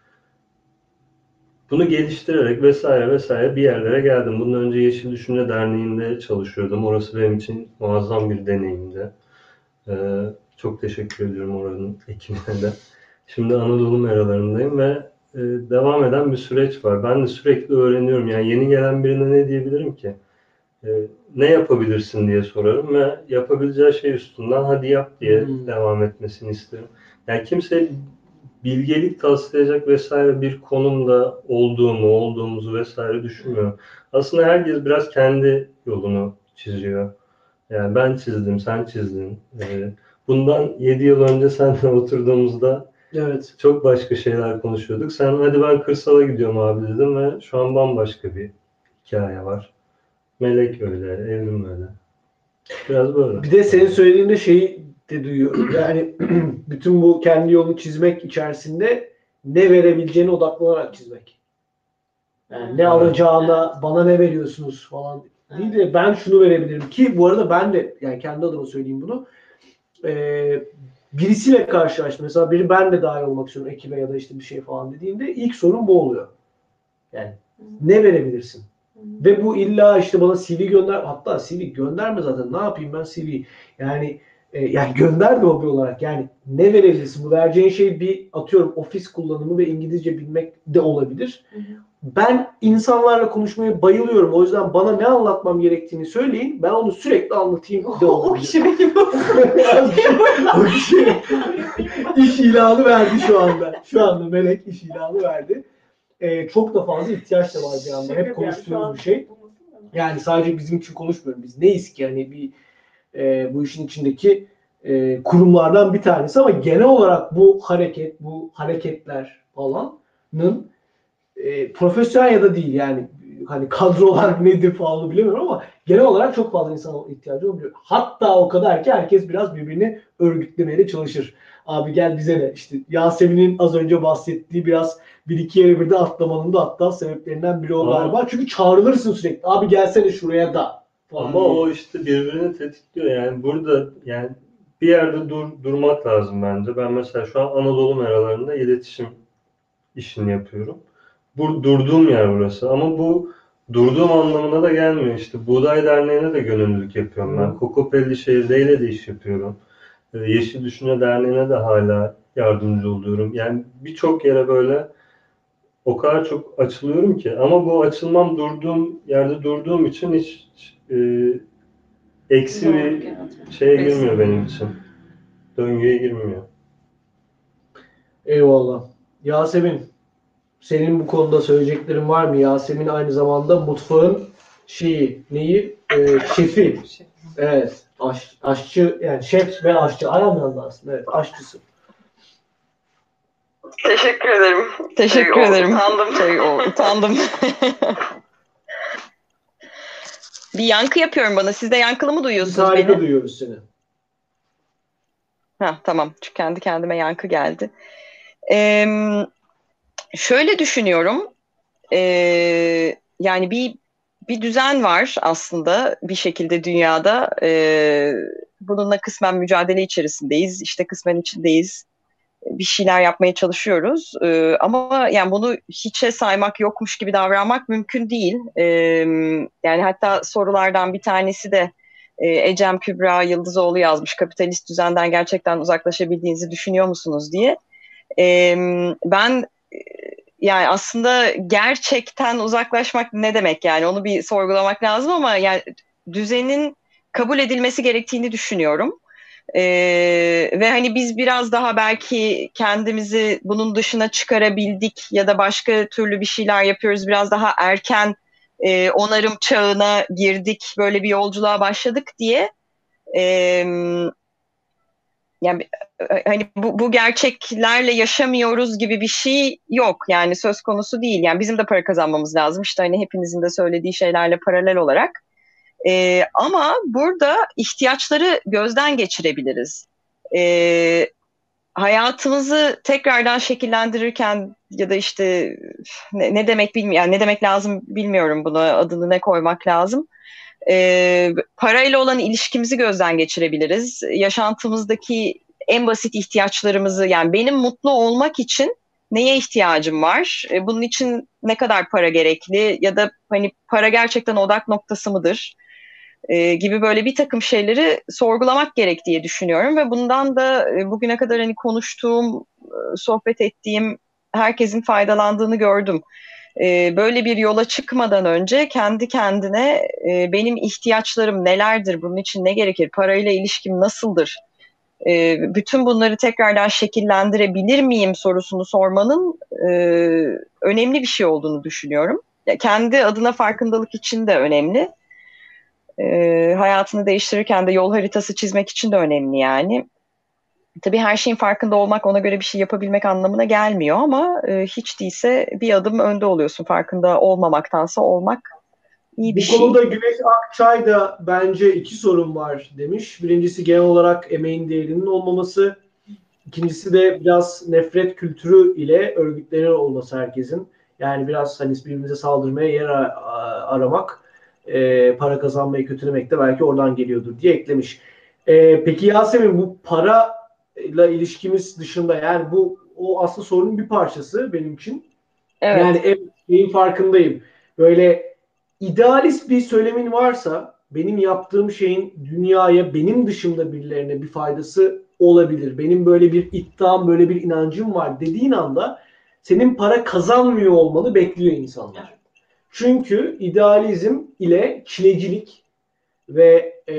bunu geliştirerek vesaire vesaire bir yerlere geldim. Bundan önce Yeşil Düşünce Derneği'nde çalışıyordum. Orası benim için muazzam bir deneyimdi. E, çok teşekkür ediyorum oranın ekibine de. Şimdi Anadolu meralarındayım ve e, devam eden bir süreç var. Ben de sürekli öğreniyorum. Yani yeni gelen birine ne diyebilirim ki? E, ne yapabilirsin diye sorarım ve yapabileceği şey üstünden hadi yap diye Hmm. devam etmesini isterim. Yani kimse bilgelik taslayacak vesaire bir konumda olduğumu, olduğumuzu vesaire düşünmüyor. Aslında herkes biraz kendi yolunu çiziyor. Yani ben çizdim, sen çizdin. E, bundan yedi yıl önce seninle oturduğumuzda Evet. çok başka şeyler konuşuyorduk. Sen hadi ben kırsala gidiyorum abi dedim ve şu an bambaşka bir hikaye var. Melek öyle, Evrim öyle. Biraz böyle. Bir de senin söylediğinde şeyi de duyuyorum. Yani bütün bu kendi yolunu çizmek içerisinde ne verebileceğine odaklanarak çizmek. Yani ne Evet. alacağına, Evet. bana ne veriyorsunuz falan değil de ben şunu verebilirim ki bu arada ben de yani kendi adıma söyleyeyim bunu. Ee, birisiyle karşılaştım. Mesela biri ben de dahil olmak istiyorum ekibe ya da işte bir şey falan dediğinde ilk sorun bu oluyor. Yani ne verebilirsin? Ve bu illa işte bana C V gönder, hatta C V gönderme zaten. Ne yapayım ben C V? Yani e, yani gönder de hobi olarak. Yani ne verebilirsin? Bu vereceğin şey bir atıyorum ofis kullanımı ve İngilizce bilmek de olabilir. Hı hı. Ben insanlarla konuşmaya bayılıyorum. O yüzden bana ne anlatmam gerektiğini söyleyin. Ben onu sürekli anlatayım de olabilir. O kişi benim. O kişi iş ilanı verdi şu anda. Şu anda Melek iş ilanı verdi. Ee, çok da fazla ihtiyaç da var bir anda. Hep konuştuğumuz bir şey. Yani sadece bizim için konuşmuyorum. Biz neyiz ki? Yani bir e, bu işin içindeki e, kurumlardan bir tanesi ama genel olarak bu hareket, bu hareketler falanın e, profesyonel ya da değil yani hani kadrolar nedir falan bilemiyorum ama genel olarak çok fazla insana ihtiyacı oluyor. Hatta o kadar ki herkes biraz birbirini örgütlemeye çalışır. Abi gel bize ne? İşte Yasemin'in az önce bahsettiği biraz bir iki yere bir de atlamanın da hatta sebeplerinden biri o Ama, galiba. Çünkü çağrılırsın sürekli. Abi gelsene şuraya da. Falan. Ama o işte birbirini tetikliyor. Yani burada yani bir yerde dur, durmak lazım bence. Ben mesela şu an Anadolu meralarında iletişim işini yapıyorum. Bu durduğum yer burası. Ama bu durduğum anlamına da gelmiyor. İşte Buğday Derneği'ne de gönüllülük yapıyorum ben. Kokopelli Şehirdeyle de iş yapıyorum. Yeşil Düşünce Derneği'ne de hala yardımcı oluyorum. Yani birçok yere böyle o kadar çok açılıyorum ki. Ama bu açılmam durduğum yerde durduğum için hiç e, eksi Zorluk bir yaratmıyor. şeye Kesin. girmiyor benim için. Döngüye girmiyor. Eyvallah. Yasemin, senin bu konuda söyleyeceklerin var mı? Yasemin aynı zamanda mutfağın şeyi, neyi? Ee, şefi. Evet. Aş, aşçı, yani şef ve aşçı. Aynı aslında. Evet, aşçısı. Teşekkür ederim. Teşekkür şey, ederim. Utandım. Şey, o, utandım. Bir yankı yapıyorum bana. Siz de yankılı mı duyuyorsunuz Biz harika beni? duyuyoruz seni. Ha, tamam. Çünkü kendi kendime yankı geldi. Ee, şöyle düşünüyorum. Ee, yani bir bir düzen var aslında bir şekilde dünyada. Ee, bununla kısmen mücadele içerisindeyiz. İşte kısmen içindeyiz. Bir şeyler yapmaya çalışıyoruz. Ee, ama yani bunu hiçe saymak, yokmuş gibi davranmak mümkün değil. Ee, yani hatta sorulardan bir tanesi de e, Ecem Kübra Yıldızoğlu yazmış. Kapitalist düzenden gerçekten uzaklaşabildiğinizi düşünüyor musunuz diye. Ee, ben yani aslında gerçekten uzaklaşmak ne demek, yani onu bir sorgulamak lazım ama yani düzenin kabul edilmesi gerektiğini düşünüyorum. Ee, ve hani biz biraz daha belki kendimizi bunun dışına çıkarabildik ya da başka türlü bir şeyler yapıyoruz. Biraz daha erken e, onarım çağına girdik, böyle bir yolculuğa başladık diye. E, yani hani bu, bu gerçeklerle yaşamıyoruz gibi bir şey yok. Yani söz konusu değil. Yani bizim de para kazanmamız lazım. İşte hani hepinizin de söylediği şeylerle paralel olarak. Ee, ama burada ihtiyaçları gözden geçirebiliriz. Ee, hayatımızı tekrardan şekillendirirken ya da işte ne, ne demek bilmiyorum, yani ne demek lazım bilmiyorum, buna adını ne koymak lazım. Ee, parayla olan ilişkimizi gözden geçirebiliriz. Yaşantımızdaki en basit ihtiyaçlarımızı, yani benim mutlu olmak için neye ihtiyacım var? Ee, bunun için ne kadar para gerekli ya da hani para gerçekten odak noktası mıdır? E, gibi böyle bir takım şeyleri sorgulamak gerek diye düşünüyorum ve bundan da e, bugüne kadar hani konuştuğum, e, sohbet ettiğim herkesin faydalandığını gördüm. E, böyle bir yola çıkmadan önce kendi kendine e, benim ihtiyaçlarım nelerdir, bunun için ne gerekir, parayla ilişkim nasıldır, e, bütün bunları tekrardan şekillendirebilir miyim sorusunu sormanın e, önemli bir şey olduğunu düşünüyorum. Ya, kendi adına farkındalık için de önemli. E, hayatını değiştirirken de yol haritası çizmek için de önemli yani. Tabii her şeyin farkında olmak, ona göre bir şey yapabilmek anlamına gelmiyor ama e, hiç değilse bir adım önde oluyorsun. Farkında olmamaktansa olmak iyi bir Bu şey. Bu konuda Güneş Akçay da bence iki sorun var demiş. Birincisi genel olarak emeğin değerinin olmaması. İkincisi de biraz nefret kültürü ile örgütleniyor olması herkesin. Yani biraz hani birbirimize saldırmaya yer aramak, e, para kazanmayı kötülemek de belki oradan geliyordur diye eklemiş. E, peki Yasemin, bu para ile ilişkimiz dışında yani bu o aslında sorunun bir parçası benim için. Evet. Yani evet, şeyin farkındayım. Böyle idealist bir söylemin varsa benim yaptığım şeyin dünyaya benim dışımda birilerine bir faydası olabilir. Benim böyle bir iddiam, böyle bir inancım var dediğin anda senin para kazanmıyor olmanı bekliyor insanlar. Çünkü idealizm ile çilecilik ve e,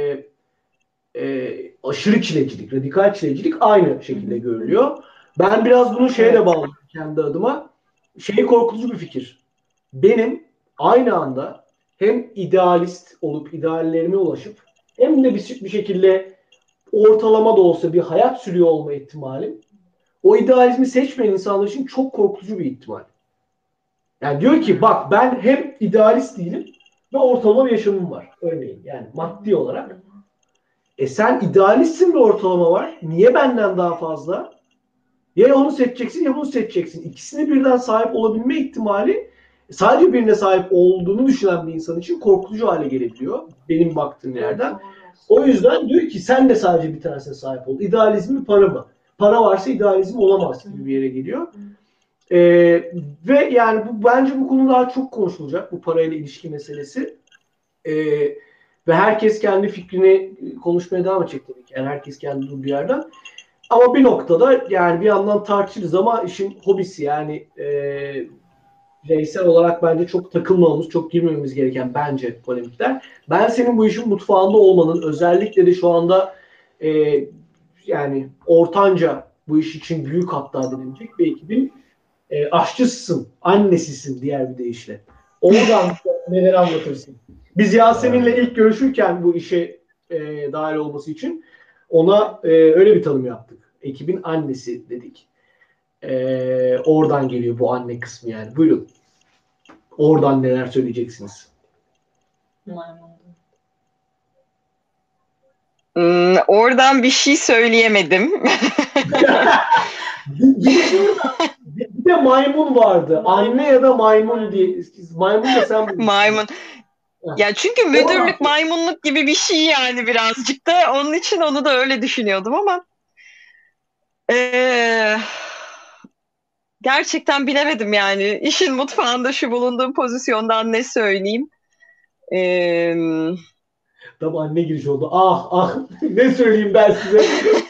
e, aşırı çilecilik, radikal çilecilik aynı şekilde görülüyor. Ben biraz bunu şeye de bağladım kendi adıma. Şey korkutucu bir fikir. Benim aynı anda hem idealist olup ideallerime ulaşıp hem de bir, bir şekilde ortalama da olsa bir hayat sürüyor olma ihtimalim o idealizmi seçmeyen insanlar için çok korkutucu bir ihtimal. Yani diyor ki bak ben hem idealist değilim ve ortalama bir yaşamım var. Örneğin yani maddi olarak. E sen idealistsin ve ortalama var. Niye benden daha fazla? Ya onu seçeceksin ya bunu seçeceksin. İkisine birden sahip olabilme ihtimali sadece birine sahip olduğunu düşünen bir insan için korkutucu hale gelebiliyor. Benim baktığım yerden. O yüzden diyor ki sen de sadece bir tanesine sahip ol. İdealizm mi para mı? Para varsa idealizm olamaz gibi bir yere geliyor. Ee, ve yani bu, bence bu konu daha çok konuşulacak. Bu parayla ilişki meselesi. Ee, ve herkes kendi fikrini konuşmaya devam edecek tabii ki. Yani herkes kendi durduğu yerden. Ama bir noktada yani bir yandan tartışırız ama işin hobisi yani e, bireysel olarak bence çok takılmamamız, çok girmememiz gereken bence polemikler. Ben senin bu işin mutfağında olmanın özellikle de şu anda e, yani ortanca bu iş için büyük hatta denilecek bir ekibin e, aşçısısın, annesisin diğer bir deyişle. Oradan neler anlatırsın? Biz Yasemin'le ilk görüşürken bu işe e, dahil olması için ona e, öyle bir tanım yaptık. Ekibin annesi dedik. E, oradan geliyor bu anne kısmı yani. Buyurun. Oradan neler söyleyeceksiniz? Hmm, oradan bir şey söyleyemedim. bir, bir, bir de maymun vardı. Anne ya da maymun diye. Maymun da sen buldun. Maymun. Ya çünkü müdürlük maymunluk gibi bir şey yani birazcık da. Onun için onu da öyle düşünüyordum ama ee, gerçekten bilemedim yani. İşin mutfağında şu bulunduğum pozisyondan ne söyleyeyim? Ee, Tam anne giriş oldu. Ah ah ne söyleyeyim ben size.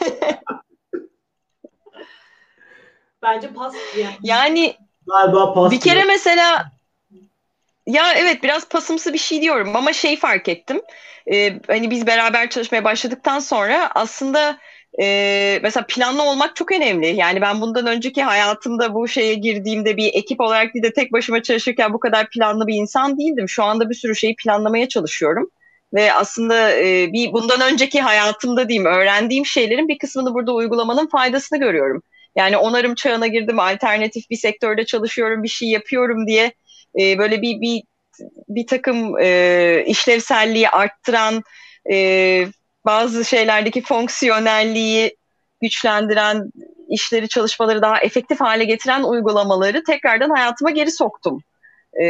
Bence pas yani. yani Galiba pas bir kere diyor. mesela ya evet biraz pasımsı bir şey diyorum ama şey fark ettim. Ee, hani biz beraber çalışmaya başladıktan sonra aslında e, mesela planlı olmak çok önemli. Yani ben bundan önceki hayatımda bu şeye girdiğimde bir ekip olarak değil de tek başıma çalışırken bu kadar planlı bir insan değildim. Şu anda bir sürü şeyi planlamaya çalışıyorum. Ve aslında e, bir bundan önceki hayatımda diyeyim öğrendiğim şeylerin bir kısmını burada uygulamanın faydasını görüyorum. Yani onarım çağına girdim, alternatif bir sektörde çalışıyorum, bir şey yapıyorum diye e, böyle bir bir bir takım e, işlevselliği arttıran, e, bazı şeylerdeki fonksiyonelliği güçlendiren, işleri, çalışmaları daha efektif hale getiren uygulamaları tekrardan hayatıma geri soktum. E,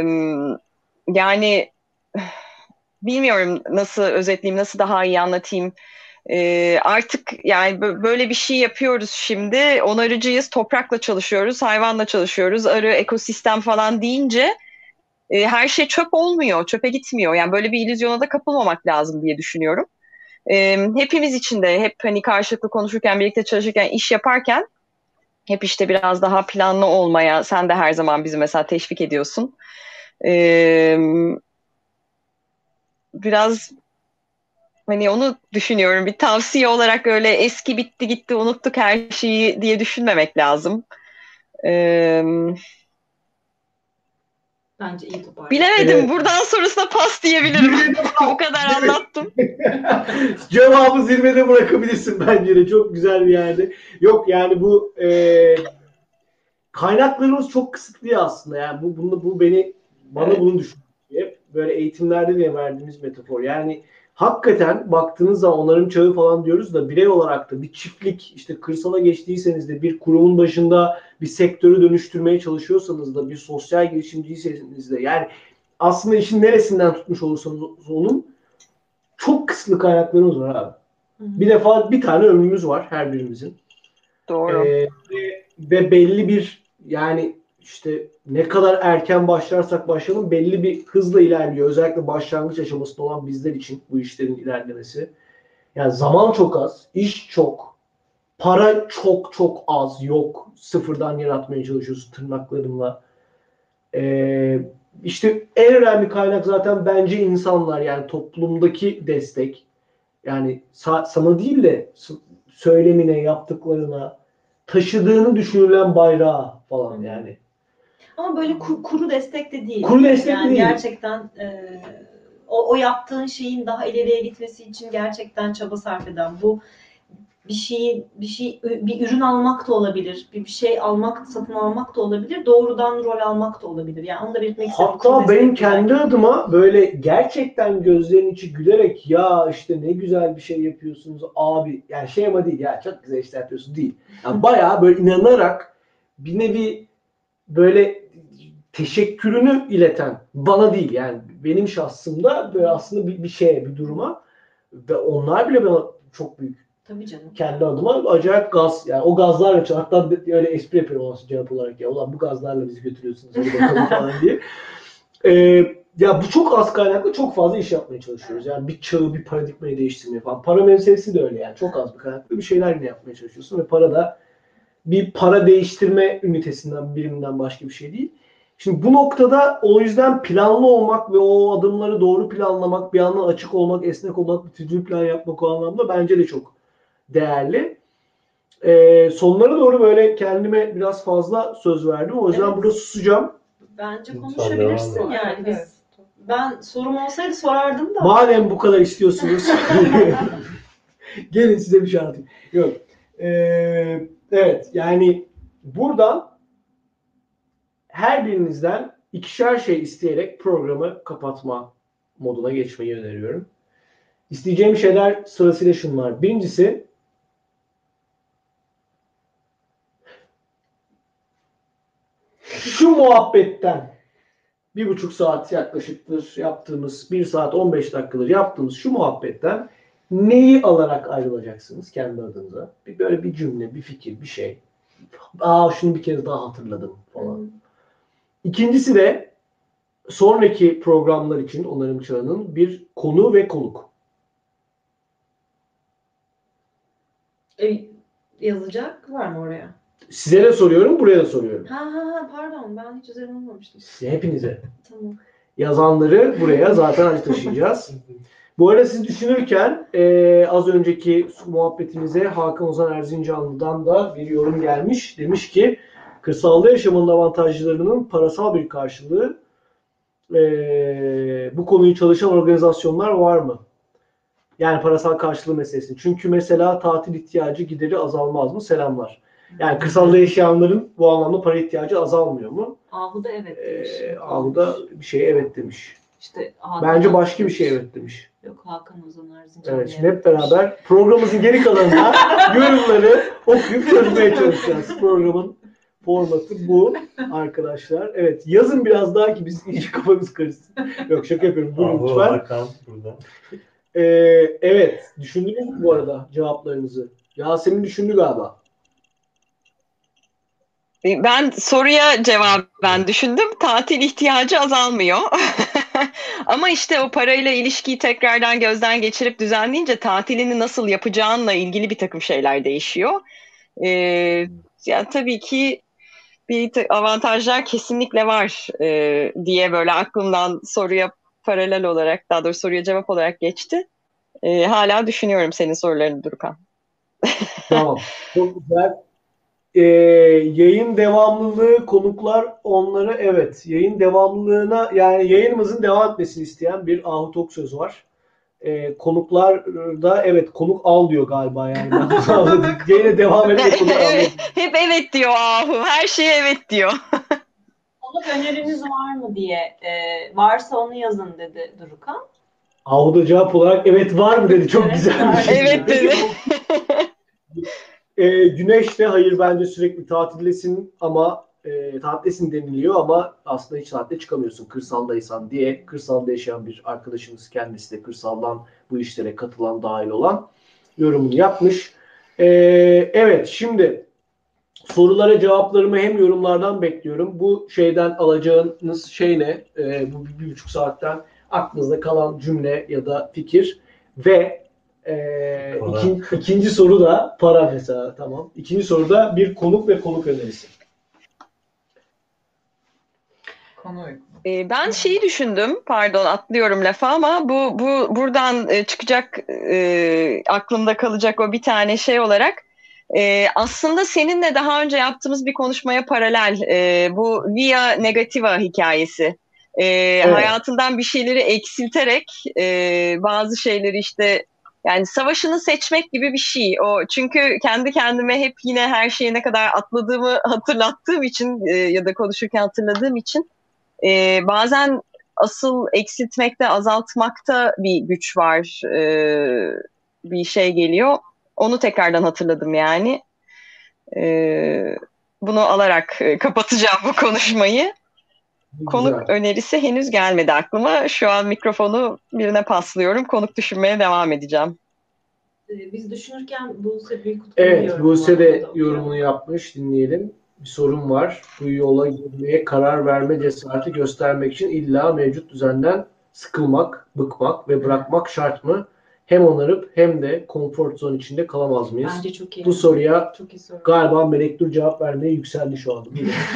yani bilmiyorum nasıl özetleyeyim, nasıl daha iyi anlatayım. Ee, artık yani böyle bir şey yapıyoruz şimdi. Onarıcıyız, toprakla çalışıyoruz, hayvanla çalışıyoruz, arı, ekosistem falan deyince e, her şey çöp olmuyor, çöpe gitmiyor. Yani böyle bir illüzyona da kapılmamak lazım diye düşünüyorum. E, hepimiz için de hep hani karşılıklı konuşurken, birlikte çalışırken, iş yaparken hep işte biraz daha planlı olmaya, sen de her zaman bizi mesela teşvik ediyorsun. E, biraz hani onu düşünüyorum. Bir tavsiye olarak öyle eski bitti gitti unuttuk her şeyi diye düşünmemek lazım. Ee, Bence iyi toparladın. bilemedim. Evet. Buradan sonrasında pas diyebilirim. Bu kadar anlattım. Cevabı zirvede bırakabilirsin bence de. Çok güzel bir yerde. Yok yani bu e, kaynaklarımız çok kısıtlı aslında. Yani bu bunu bu beni bana Evet. bunu düşündürüyor. Böyle eğitimlerde de verdiğimiz metafor. Yani hakikaten baktığınız zaman onarım çağı falan diyoruz da birey olarak da bir çiftlik işte kırsala geçtiyseniz de bir kurumun başında bir sektörü dönüştürmeye çalışıyorsanız da bir sosyal girişimciyseniz de yani aslında işin neresinden tutmuş olursanız olun çok kısıtlı kaynaklarımız var abi. Bir defa bir tane ömrümüz var her birimizin. Doğru. Ee, ve, ve belli bir yani işte ne kadar erken başlarsak başlayalım belli bir hızla ilerliyor. Özellikle başlangıç aşamasında olan bizler için bu işlerin ilerlemesi. Yani zaman çok az, iş çok, para çok çok az, yok. Sıfırdan yaratmaya çalışıyorsun tırnaklarınla. Ee, işte en önemli kaynak zaten bence insanlar, yani toplumdaki destek. Yani sa- sana değil de s- söylemine, yaptıklarına, taşıdığını düşünülen bayrağı falan yani. Ama böyle ku- kuru destek de değil. Kuru destek yani değil. Gerçekten e, o, o yaptığın şeyin daha ileriye gitmesi için gerçekten çaba sarf eden, bu bir şeyi bir şey bir ürün almak da olabilir, bir, bir şey almak, satın almak da olabilir, doğrudan rol almak da olabilir. Yani onu da belirtmek istedim. Hatta benim kendi adıma böyle gerçekten gözlerinin içi gülerek ya işte ne güzel bir şey yapıyorsunuz abi. Yani şey ama değil ya çok güzel işler yapıyorsun değil. Yani bayağı böyle inanarak bir nevi böyle teşekkürünü ileten, bana değil yani benim şahsımda böyle aslında bir, bir şeye, bir duruma, ve onlar bile bana çok büyük. Tabii canım. Kendi adıma acayip gaz, yani o gazlarla çalıyor. Hatta öyle espri yapıyorum aslında cevap olarak, ya ulan bu gazlarla bizi götürüyorsunuz hadi bakalım falan diye. Ee, ya bu çok az kaynaklı çok fazla iş yapmaya çalışıyoruz. Yani bir çağı, bir paradigmayı değiştirmeye falan. Para meselesi de öyle yani. Çok az bir kaynaklı bir şeyler yine yapmaya çalışıyorsun ve para da bir para değiştirme ünitesinden, biriminden başka bir şey değil. Şimdi bu noktada o yüzden planlı olmak ve o adımları doğru planlamak, bir yandan açık olmak, esnek olmak, bütüncül plan yapmak o anlamda bence de çok değerli. Ee, sonlara doğru böyle kendime biraz fazla söz verdim. O yüzden Evet. burada susacağım. Bence Lütfen konuşabilirsin devam yani. et. Biz, Evet. ben sorum olsaydı sorardım da. Madem bu kadar istiyorsunuz gelin size bir şey anlatayım. Yok. Ee, evet yani buradan her birinizden ikişer şey isteyerek programı kapatma moduna geçmeyi öneriyorum. İsteyeceğim şeyler sırasıyla şunlar. Birincisi, şu muhabbetten bir buçuk saat yaklaşıktır yaptığımız, bir saat on beş dakikadır yaptığımız şu muhabbetten neyi alarak ayrılacaksınız kendi adınıza? Bir böyle bir cümle, bir fikir, bir şey. Aa şunu bir kez daha hatırladım falan. İkincisi de sonraki programlar için Onarım Çağı'nın bir konu ve konuk. E, yazacak var mı oraya? Size de soruyorum, buraya da soruyorum. Ha ha ha pardon, ben hiç üzerine almamıştım. Size, hepinize. Tamam. Yazanları buraya zaten taşıyacağız. Bu arada siz düşünürken e, az önceki muhabbetimize Hakan Ozan Erzincanlı'dan da bir yorum gelmiş. Demiş ki kırsalda yaşamanın avantajlarının parasal bir karşılığı, e, bu konuyu çalışan organizasyonlar var mı? Yani parasal karşılığı meselesini. Çünkü mesela tatil ihtiyacı gideri azalmaz mı? Selamlar. Yani kırsalda yaşayanların bu anlamda para ihtiyacı azalmıyor mu? Ahu'da evet demiş. Ee, Ahu'da bir şey evet demiş. İşte Hakan Bence Ozan başka bir demiş. şey evet demiş. Yok, Hakan Ozan Erzincanlı. Evet, şimdi hep beraber programımızın geri kalanında yorumları okuyup çözmeye çalışacağız. Programın formatı bu arkadaşlar. Evet, yazın biraz daha ki biz iyice kafamız karışsın. Yok şaka yapıyorum. Buyurun Ahu lütfen. Hakan burada. Ee, evet, düşündünüz mü bu arada cevaplarınızı? Yasemin düşündü galiba. Ben soruya cevaben düşündüm. Tatil ihtiyacı azalmıyor. Ama işte o parayla ilişkiyi tekrardan gözden geçirip düzenleyince tatilini nasıl yapacağınla ilgili bir takım şeyler değişiyor. Ee, ya tabii ki bir avantajlar kesinlikle var e, diye böyle aklımdan soruya paralel olarak, daha doğrusu soruya cevap olarak geçti. E, hala düşünüyorum senin sorularını Durkan. Tamam. Çok güzel. Ee, yayın devamlılığı, konuklar onları evet. Yayın devamlılığına, yani yayınımızın devam etmesini isteyen bir Ahu Tok söz var. Ee, konuklar da evet konuk al diyor galiba yani. Yayına devam etme konuk al. Evet, hep evet diyor Ahu. Her şeye evet diyor. Konuk öneriniz var mı diye. E, varsa onu yazın dedi Durukan. Ahu da cevap olarak evet var mı dedi. Çok Evet, güzel bir var. şey. Evet dedi. E, Güneş de hayır bence sürekli tatildesin ama e, tatildesin deniliyor ama aslında hiç tatilde çıkamıyorsun kırsaldaysan diye. Kırsalda yaşayan bir arkadaşımız, kendisi de kırsaldan bu işlere katılan, dahil olan. yorumunu yapmış. Ee, evet, şimdi sorulara cevaplarımı hem yorumlardan bekliyorum. Bu şeyden alacağınız şey ne? Ee, bu bir, bir buçuk saatten aklınızda kalan cümle ya da fikir ve e, ikinci, ikinci soru da para mesela, tamam. İkinci soruda bir konuk ve konuk önerisi. Konu uygun. Ee, Ben şeyi düşündüm, pardon atlıyorum lafı ama bu bu buradan e, çıkacak e, aklımda kalacak o bir tane şey olarak e, aslında seninle daha önce yaptığımız bir konuşmaya paralel e, bu via negativa hikayesi. E, Evet. Hayatından bir şeyleri eksilterek e, bazı şeyleri işte yani savaşını seçmek gibi bir şey. O çünkü kendi kendime hep yine her şeye ne kadar atladığımı hatırlattığım için e, ya da konuşurken hatırladığım için Ee, bazen asıl eksiltmekte, azaltmakta bir güç var, ee, bir şey geliyor. Onu tekrardan hatırladım yani. Ee, bunu alarak e, kapatacağım bu konuşmayı. Güzel. Konuk önerisi henüz gelmedi aklıma. Şu an mikrofonu birine paslıyorum. Konuk düşünmeye devam edeceğim. Ee, Biz düşünürken Buse Büyükutku'nun Evet, yorumunu Buse de aldı. yorumunu yapmış. Dinleyelim. Bir sorun var. Bu yola girmeye karar verme cesareti göstermek için illa mevcut düzenden sıkılmak, bıkmak ve bırakmak şart mı? Hem onarıp hem de konfor zone içinde kalamaz mıyız? Bence çok iyi. Bu soruya Çok iyi soru. galiba Melek Dur cevap vermeye yükseldi şu anda.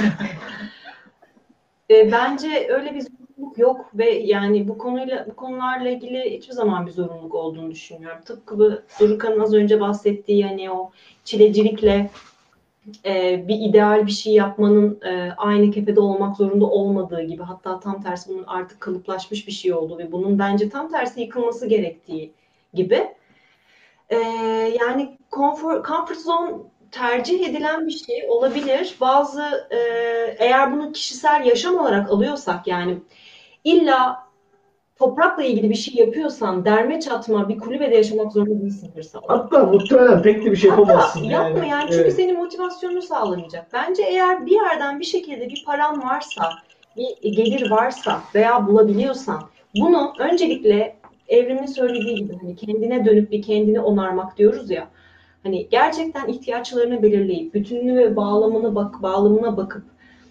E, bence öyle bir zorunluluk yok ve yani bu konuyla bu konularla ilgili hiçbir zaman bir zorunluluk olduğunu düşünmüyorum. Tıpkı bu Dorukhan'ın az önce bahsettiği hani o çilecilikle e, bir ideal bir şey yapmanın e, aynı kefede olmak zorunda olmadığı gibi, hatta tam tersi bunun artık kalıplaşmış bir şey olduğu ve bunun bence tam tersi yıkılması gerektiği gibi. E, yani comfort, comfort zone tercih edilen bir şey olabilir. Bazı e, eğer bunu kişisel yaşam olarak alıyorsak, yani illa toprakla ilgili bir şey yapıyorsan derme çatma bir kulübede yaşamak zorunda değilsindir sana. Hatta muhtemelen pek de bir şey yapamazsın. Hatta yapma yani, yani çünkü evet. senin motivasyonunu sağlamayacak. Bence eğer bir yerden bir şekilde bir paran varsa, bir gelir varsa veya bulabiliyorsan bunu öncelikle Evrim'in söylediği gibi hani kendine dönüp bir kendini onarmak diyoruz ya. Hani gerçekten ihtiyaçlarını belirleyip bütünlüğü ve bağlamına bak bağlamına bakıp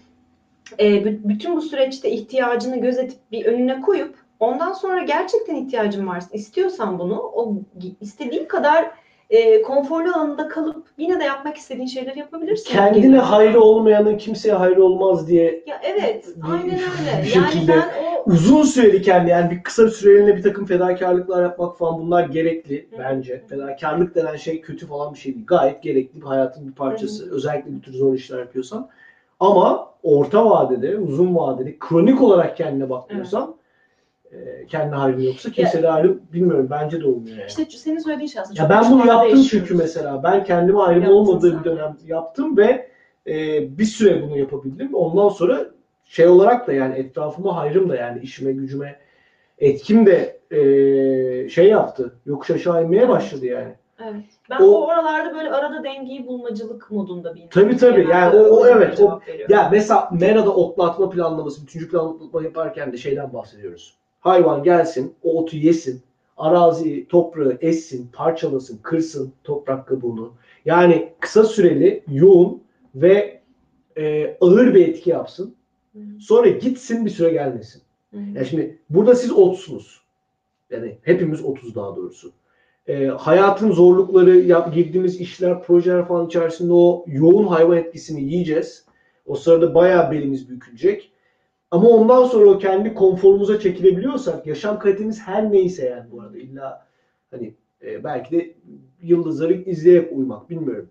e, bütün bu süreçte ihtiyacını gözetip bir önüne koyup ondan sonra gerçekten ihtiyacın varsa, istiyorsan bunu o istediğin kadar e, konforlu alanında kalıp yine de yapmak istediğin şeyleri yapabilirsin. Kendine hayrı olmayanın kimseye hayrı olmaz diye. Ya evet, aynen öyle. Bir Yani şekilde ben o uzun süreli kendi, yani bir kısa süreliğine bir takım fedakarlıklar yapmak falan, bunlar gerekli Hı. bence. Fedakarlık denen şey kötü falan bir şey değil. Gayet gerekli, bir hayatın bir parçası. Hı. Özellikle bir tür zor işler yapıyorsan. Ama orta vadede, uzun vadede, kronik olarak kendine bakmıyorsan, e, kendi hayrın yoksa kimse de hayrı bilmiyorum, bence de olmuyor yani. işte senin söylediğin şey aslında Ya çok ben bunu uçlarda yaptım yaşıyoruz. çünkü mesela ben kendime hayrım Yaptın olmadığı sen. bir dönem yaptım ve e, bir süre bunu yapabildim. Ondan sonra şey olarak da yani etrafıma hayrım da, yani işime gücüme etkim de e, şey yaptı. Yokuş aşağı inmeye başladı yani. Evet. Ben O- o, oralarda böyle arada dengeyi bulmacılık modunda bir insanım. Tabii tabii, yani Genelde o, o öyle evet. O, cevap veriyorum. ya mesela Mera'da otlatma planlaması, bütüncül planlama yaparken de şeyden bahsediyoruz. Hayvan gelsin, o otu yesin, arazi, toprağı essin, parçalasın, kırsın toprak kabuğunu. Yani kısa süreli, yoğun ve e, ağır bir etki yapsın. Hı hı. Sonra gitsin, bir süre gelmesin. Hı hı. Yani şimdi burada siz otsunuz. Yani hepimiz otuz daha doğrusu. E, hayatın zorlukları, yap, girdiğimiz işler, projeler falan içerisinde o yoğun hayvan etkisini yiyeceğiz. O sırada bayağı belimiz bükülecek. Ama ondan sonra o kendi konforumuza çekilebiliyorsak, yaşam kalitemiz her neyse yani bu arada illa hani e, belki de yıldızları izleyerek uyumak, bilmiyorum.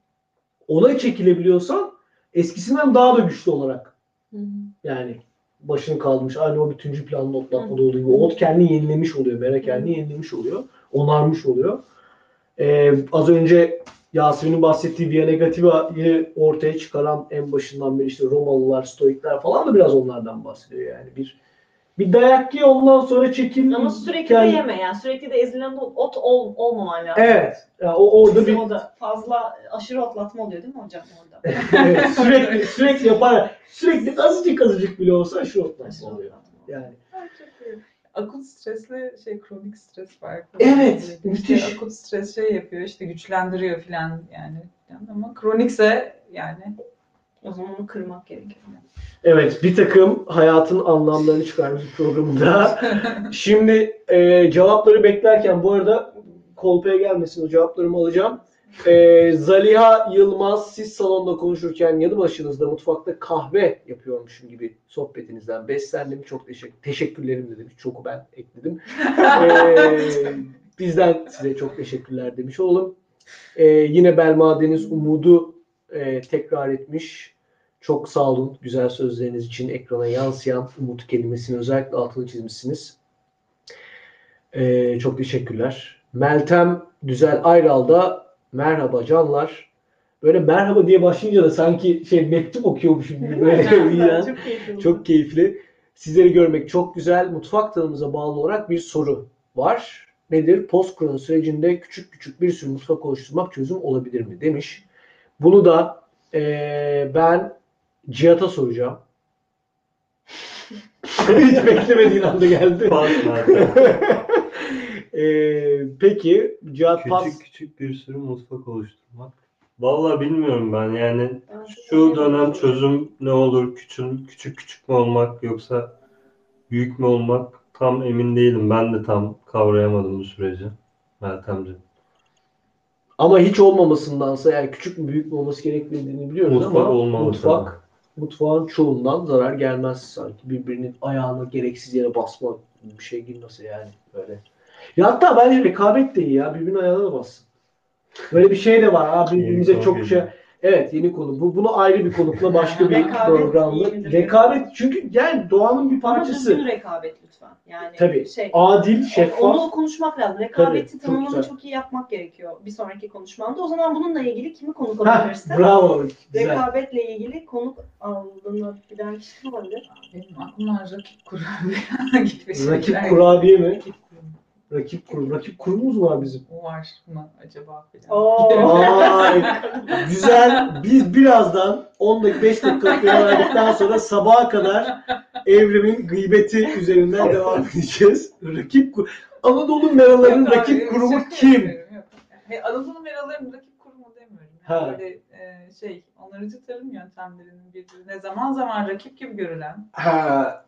Ona çekilebiliyorsan eskisinden daha da güçlü olarak Hı hı. yani başın kalmış aynı o bütüncül planlı otlatmada Hı. olduğu gibi ot kendini yenilemiş oluyor, mera kendini yenilemiş oluyor, onarmış oluyor. Ee, az önce Yasemin'in bahsettiği Via Negativa'yı ortaya çıkaran en başından beri işte Romalılar, Stoikler falan da biraz onlardan bahsediyor yani. Bir bir dayak ye, ondan sonra çekil. Ama sürekli kendi- de yeme yani. Sürekli de ezilen ot ol, olmaman lazım. Evet. Yani o orada bir O da fazla aşırı otlatma oluyor değil mi hocam orada? evet, sürekli sürekli yapar. Sürekli azıcık azıcık bile olsa aşırı otlatma Aşırı oluyor. otlatma. Yani Ha, çok iyi. Akut stresle şey kronik stres farkı. Evet, İşte müthiş. akut stres şey yapıyor, işte güçlendiriyor filan yani. Falan. Ama kronikse yani O zaman onu kırmak gerekiyor. Evet, bir takım hayatın anlamlarını çıkarmış programında. Şimdi e, cevapları beklerken bu arada kolpaya gelmesin, o cevaplarımı alacağım. E, Zaliha Yılmaz, siz salonda konuşurken yanı başınızda mutfakta kahve yapıyormuşum gibi sohbetinizden beslendim. Çok teşekkür, teşekkürlerim de demiş. Çoku ben ekledim. E, bizden size çok teşekkürler demiş olalım. E, yine Belma Deniz Umud'u e, tekrar etmiş. Çok sağ olun güzel sözleriniz için, ekrana yansıyan umut kelimesini özellikle altını çizmişsiniz. Ee, çok teşekkürler. Meltem Düzel Ayral da merhaba canlar. Böyle merhaba diye başlayınca da sanki şey mektup okuyormuşum gibi böyle bir ya. Çok keyifli. Çok keyifli. Sizleri görmek çok güzel. Mutfak tadımıza bağlı olarak bir soru var. Nedir? Post korona sürecinde küçük küçük bir sürü mutfak oluşturmak çözüm olabilir mi demiş. Bunu da ee, ben Cihat'a soracağım. Hiç beklemediğin anda geldi. Pas Meltem. ee, peki Cihat pas. Küçük küçük bir sürü mutfak oluşturmak. Vallahi bilmiyorum ben yani Ben şu dönem çözüm ne olur? Küçük küçük küçük mü olmak yoksa büyük mü olmak tam emin değilim. Ben de tam kavrayamadım bu süreci. Meltemciğim. Ama hiç olmamasındansa yani küçük mü büyük mü olması gerekmediğini biliyoruz Mutfak ama olmalı mutfak mutfağın çoğundan zarar gelmez sanki. Birbirinin ayağına gereksiz yere basma bir şey girmese yani böyle. Ya hatta bence rekabet de iyi ya. Birbirinin ayağına da bassın. Böyle bir şey de var. Abi birbirimize Yeni çok konu şey. geliyor. Evet yeni konu. Bu bunu ayrı bir konukla başka bir Rekabet programda. iyi midir? Rekabet çünkü yani doğanın bir Ama parçası. düzgün rekabet lütfen. Yani Tabii. şey, Adil, o- şeffaf. onu konuşmak lazım. Rekabeti Tabii, çok tanımını güzel. çok iyi yapmak gerekiyor bir sonraki konuşmanda. O zaman bununla ilgili kimi konuk Heh, alabilirsin? bravo. Güzel. Rekabetle ilgili konuk aldığını bilen kişi kim olabilir? benim aklıma rakip kurabiye gibi şeyler. Rakip kurabiye mi? Rakip kurum. Rakip kurum. Rakip kurumumuz var bizim. O var mı acaba falan. Oo. Ay, güzel. Biz birazdan on dakika beş dakika verdikten sonra sabaha kadar Evrim'in gıybeti üzerinden devam edeceğiz. Rakip kur- Anadolu Meraları'nın Yok abi, rakip yok, kurumu şaka kim? yapıyorum, yok. He, Anadolu Meraları'nın rakip kurumu demiyorum. Yani Ha. böyle e, şey, onarıcı tarım yöntemlerinin birbirine zaman zaman rakip gibi görülen. Ha.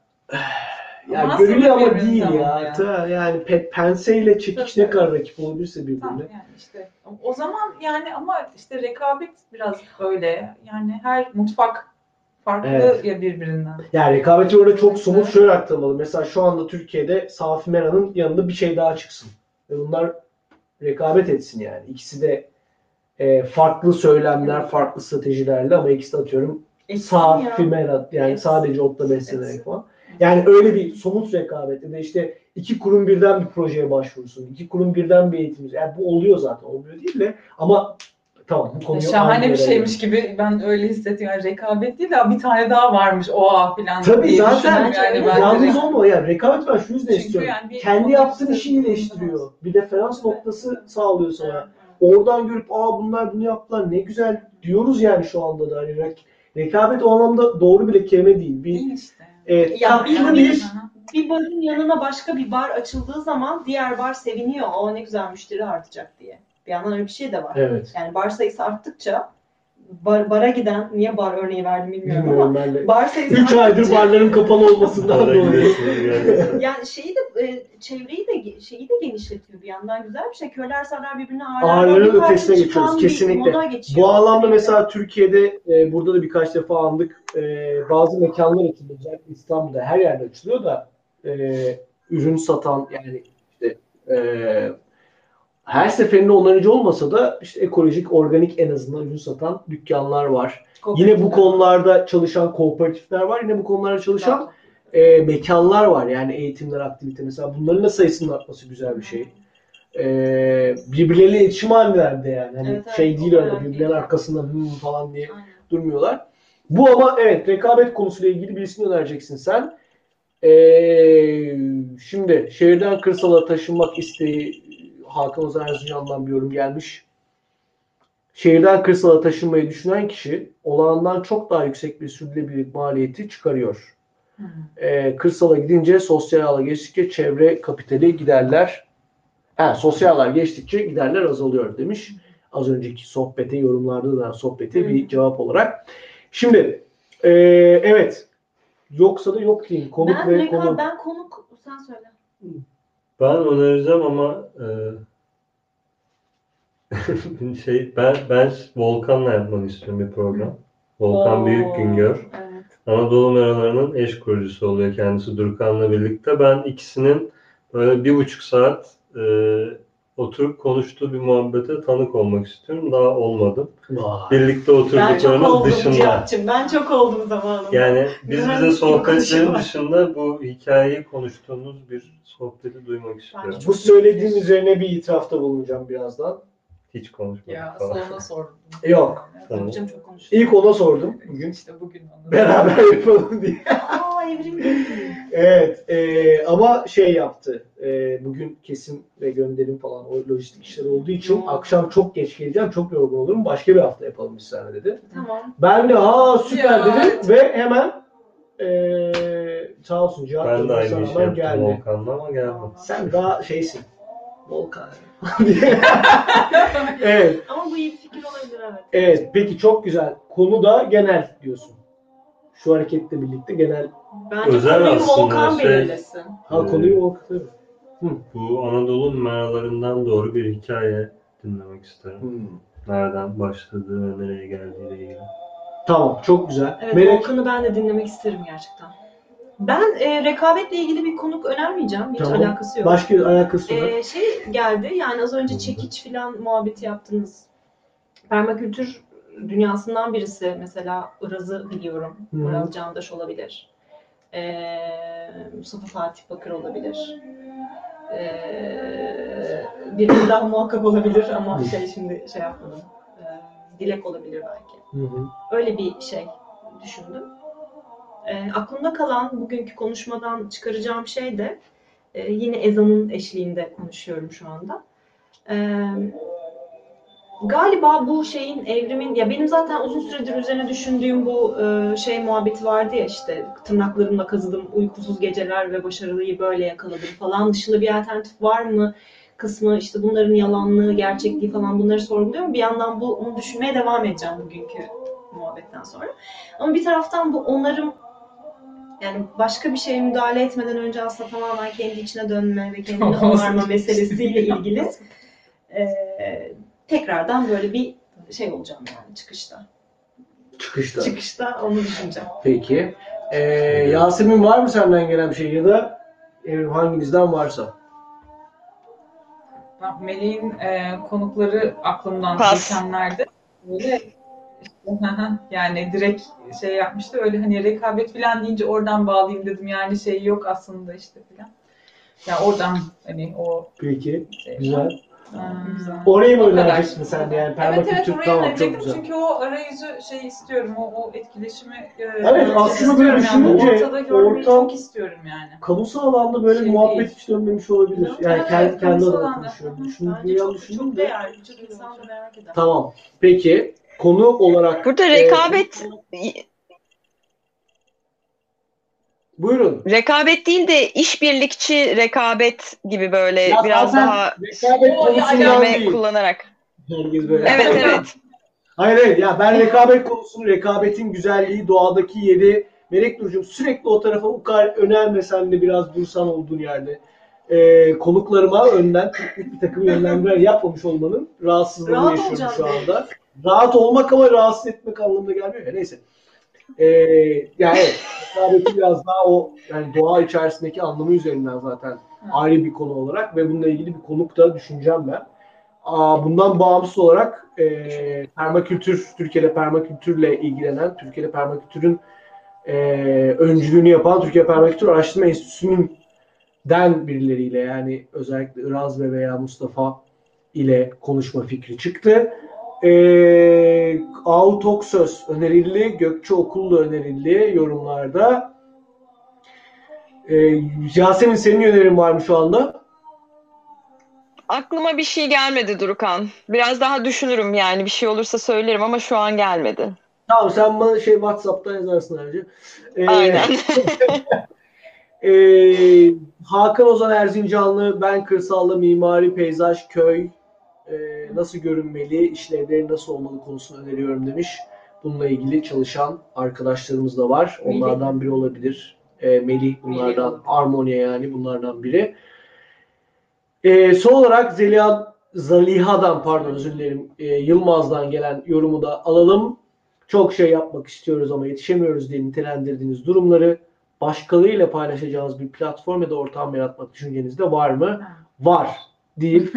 Ama Ya aslında görülüyor ama birbirinin değil ya. tamamı yani. Ta- Yani pe- penseyle çekiç Tabii, ne kadar rakip olabilirse birbirine. Tamam yani işte o zaman yani ama işte rekabet biraz böyle yani her mutfak farklı Evet. ya birbirinden. Yani rekabeti orada çok somut şöyle aktarmalı. Mesela şu anda Türkiye'de Safi Mera'nın yanında bir şey daha çıksın. Ve bunlar rekabet etsin yani. İkisi de e, farklı söylemler, farklı stratejilerle ama ikisi de atıyorum Etsin Safi ya. Mera yani Etsin. sadece otla beslenerek Etsin. falan. Yani öyle bir somut rekabet ya da işte iki kurum birden bir projeye başvursun. İki kurum birden bir eğitim. Yani bu oluyor zaten. Olmuyor değil de ama tamam bu konuyu Şahane aynı bir yere şeymiş gibi ben öyle hissediyorum. Yani rekabet değil de bir tane daha varmış oha filan. Tabii diye zaten düşünüyorum bence yani öyle. ben de. yalnız olma yani rekabet ben şunu yüzden Çünkü istiyorum. yani bir- Kendi bir- yaptığın bir- işi iyileştiriyor. Bir referans noktası sağlıyor sana. Evet, evet. Oradan görüp aa bunlar bunu yaptılar ne güzel diyoruz yani şu anda da. Hani rek- rekabet o anlamda doğru bile kelime değil. Bir Değil işte. evet, Ya tatlı bir- bir Aha. Bir barın yanına başka bir bar açıldığı zaman diğer bar seviniyor. O ne güzel müşteri artacak diye. Bir yandan öyle bir şey de var. evet. Yani bar sayısı arttıkça bar, bara giden, niye bar örneği verdim bilmiyorum Bilmiyorum ama ben de. bar sayısı üç aydır arttıkça barların kapalı olmasından Para dolayı. gidersiniz geldi. yani şeyi de e, çevreyi de şeyi de genişletiyor bir yandan güzel bir şey. Köyler sarlar birbirine ağırlar. Ağırların Bir parça ötesine çıkan geçiyoruz, bir kesinlikle. moda geçiyor. Bu anlamda Tabii ki. mesela Türkiye'de e, burada da birkaç defa andık. E, bazı mekanlar açılıyor. Özellikle İstanbul'da her yerde açılıyor da e, ürün satan yani işte e, her seferinde onarıcı olmasa da işte ekolojik, organik en azından ürün satan dükkanlar var. Yine bu konularda çalışan kooperatifler var. Yine bu konularda çalışan e, mekanlar var. Yani eğitimler, aktivite mesela. Bunların da sayısının artması güzel bir şey. E, birbirleriyle iletişim halindeler de yani. Hani Evet, evet, şey değil o öyle kadar birbirlerinin değil. arkasında hmm falan diye Aynen. durmuyorlar. Bu ama evet rekabet konusuyla ilgili birisini önereceksin sen. E, şimdi şehirden kırsala taşınmak isteği Hakan Ozan Erzincan'dan bir yorum gelmiş. Şehirden kırsala taşınmayı düşünen kişi olağandan çok daha yüksek bir sürdürülebilirlik maliyeti çıkarıyor. Hmm. Ee, kırsala gidince sosyal ağla geçtikçe çevre kapitali giderler. Ha, sosyal ağlar geçtikçe giderler azalıyor demiş. Az önceki sohbete, yorumlarda da sohbete Hı. bir cevap olarak. Şimdi e, evet, yoksa da yok diyeyim. Konuk Ben, ve reka- konu. ben konuk, sen söyle. Ben önereceğim ama e, şey ben ben Volkan'la yapmak istiyorum bir program. Volkan Oo, Büyükgüngör. Evet. Anadolu Meraları'nın eş kurucusu oluyor kendisi Durkan'la birlikte. Ben ikisinin böyle bir buçuk saat e, oturup konuştuğu bir muhabbete tanık olmak istiyorum. Daha olmadım. Vay. Birlikte Ben çok oturduklarımız oldum dışında. Cihat'cığım. Ben çok oldum zamanında. Yani biz Güzel bize bir sohbetlerin konuşma. dışında bu hikayeyi konuştuğumuz bir sohbeti duymak istiyorum. Bu söylediğin üzerine bir itirafta bulunacağım birazdan. Hiç konuşmadık Ya falan. salona sordum. Yok. Tamam. Hocam çok konuştum. İlk ona sordum bugün. İşte bugün onu. Beraber yapalım diye. Aa Evrim geldi. Evet, e, ama şey yaptı. E, bugün kesim ve gönderim falan o lojistik işler olduğu için Hmm. akşam çok geç geleceğim, çok yorgun olurum. Başka bir hafta yapalım biz seninle dedi. Tamam. Ben de ha süper Ya. dedim ve hemen e, sağ olsun Cihat Ben de da aynı sana işi hemen yaptım geldi. Volkan'la ama geldim. Sen daha şeysin. Volkan. diye. Evet, Ama bu iyi bir fikir olabilir evet. evet. Peki çok güzel. Konu da genel diyorsun. Şu hareketle birlikte genel. Bence Özel konuyu aslında Volkan şey- belirlesin. Ha Evet. konuyu Volkan. Bu Anadolu meralarından doğru bir hikaye dinlemek isterim. Hmm. Nereden başladığı ve nereye geldiğiyle ilgili. Tamam, çok güzel. Evet Melek, Volkan'ı ben de dinlemek isterim gerçekten. Ben e, rekabetle ilgili bir konuk önermeyeceğim. Hiç Tamam. alakası yok. Başka bir alakası var. Ee, şey geldi yani az önce çekiç filan muhabbeti yaptınız. Permakültür dünyasından birisi mesela Iraz'ı biliyorum. Hı hı. Iraz Candaş olabilir. Ee, Mustafa Fatih Bakır olabilir. Ee, biri daha muhakkak olabilir ama şey şimdi şey yapmadım. Ee, Dilek olabilir belki. Hı hı. Öyle bir şey düşündüm. Ee, aklımda kalan bugünkü konuşmadan çıkaracağım şey de e, yine ezanın eşliğinde konuşuyorum şu anda. Ee, galiba bu şeyin evrimin ya benim zaten uzun süredir üzerine düşündüğüm bu e, şey muhabbeti vardı ya işte tırnaklarımla kazıdım uykusuz geceler ve başarılıyı böyle yakaladım falan dışında bir alternatif var mı kısmı işte bunların yalanlığı, gerçekliği falan bunları sorguluyorum. Bir yandan bu onu düşünmeye devam edeceğim bugünkü muhabbetten sonra. Ama bir taraftan bu onarım yani başka bir şeye müdahale etmeden önce aslında tamamen kendi içine dönme ve kendini onarma meselesiyle ilgili e, tekrardan böyle bir şey olacağım yani çıkışta. Çıkışta. Çıkışta onu düşüneceğim. Peki. Ee, Yasemin var mı senden gelen bir şey ya da Evrim hanginizden varsa? Ben Melih'in e, konukları aklımdan Pas. geçenlerde böyle işte, yani direkt şey yapmıştı öyle hani rekabet falan deyince oradan bağlayayım dedim yani şey yok aslında işte falan. Ya oradan hani o Peki. şey Güzel. Hmm. Güzel. Orayı mı O kadar. önereceksin sen de yani Evet permakültür evet oraya tamam çok önerecektim güzel. çünkü o arayüzü şey istiyorum o, o etkileşimi e, Evet, çok aslında böyle istiyorum yani. düşününce Ortada görmeyi ortam- çok istiyorum yani. Kamusal alanda böyle Şey muhabbet değil. hiç dönmemiş olabilir. Yani Evet, kendi evet, kendi kamusal adıma alanda. konuşuyorum. Hı hı. Düşündüğüm Bence dünya çok, düşündüm çok de. değerli. Birçok insan da merak eder. Tamam. Peki konu olarak Burada e, rekabet buyurun. rekabet değil de işbirlikçi rekabet gibi böyle Ya biraz zaten daha rekabet O ya, konusundan kelime değil. kullanarak. Herkes böyle. Evet evet. Hayır hayır ya ben rekabet konusunu, rekabetin güzelliği, doğadaki yeri, Melek Nurcuğum sürekli o tarafa ukar önermesen de biraz dursan olduğun yerde. Ee, konuklarıma önden teknik bir takım yönlendirmeler yapmamış olmanın rahatsızlığını Rahat yaşıyorum olacağız şu diye. anda. Rahat olmak ama rahatsız etmek anlamına gelmiyor ya. Neyse. Ee, yani evet, rekabeti biraz daha o yani doğa içerisindeki anlamı üzerinden zaten ayrı bir konu olarak ve bununla ilgili bir konuk da düşüneceğim ben. Aa, bundan bağımsız olarak e, permakültür, Türkiye'de permakültürle ilgilenen, Türkiye'de permakültürün e, öncülüğünü yapan Türkiye Permakültür Araştırma Enstitüsü'nün den birileriyle yani özellikle Iraz ve veya Mustafa ile konuşma fikri çıktı. E, Autok Söz önerildi, Gökçe Okullu önerildi yorumlarda. E, Yasemin senin önerin var mı şu anda? Aklıma bir şey gelmedi Durukan. Biraz daha düşünürüm yani bir şey olursa söylerim ama şu an gelmedi. Tamam, sen bana şey WhatsApp'tan yazarsın ayrıca. Ee, Aynen. Ee, Hakan Ozan Erzincanlı, ben kırsalda mimari, peyzaj, köy e, nasıl görünmeli, işlevleri nasıl olmalı konusunu öneriyorum demiş. Bununla ilgili çalışan arkadaşlarımız da var. Onlardan biri olabilir. E, Melih bunlardan, Melih. Armonia yani bunlardan biri. E, son olarak Zeliha, Zaliha'dan pardon özür dilerim, e, Yılmaz'dan gelen yorumu da alalım. Çok şey yapmak istiyoruz ama yetişemiyoruz diye nitelendirdiğiniz durumları başkalarıyla paylaşacağınız bir platform ya da ortam yaratmak düşünceniz de var mı? Var. Değil.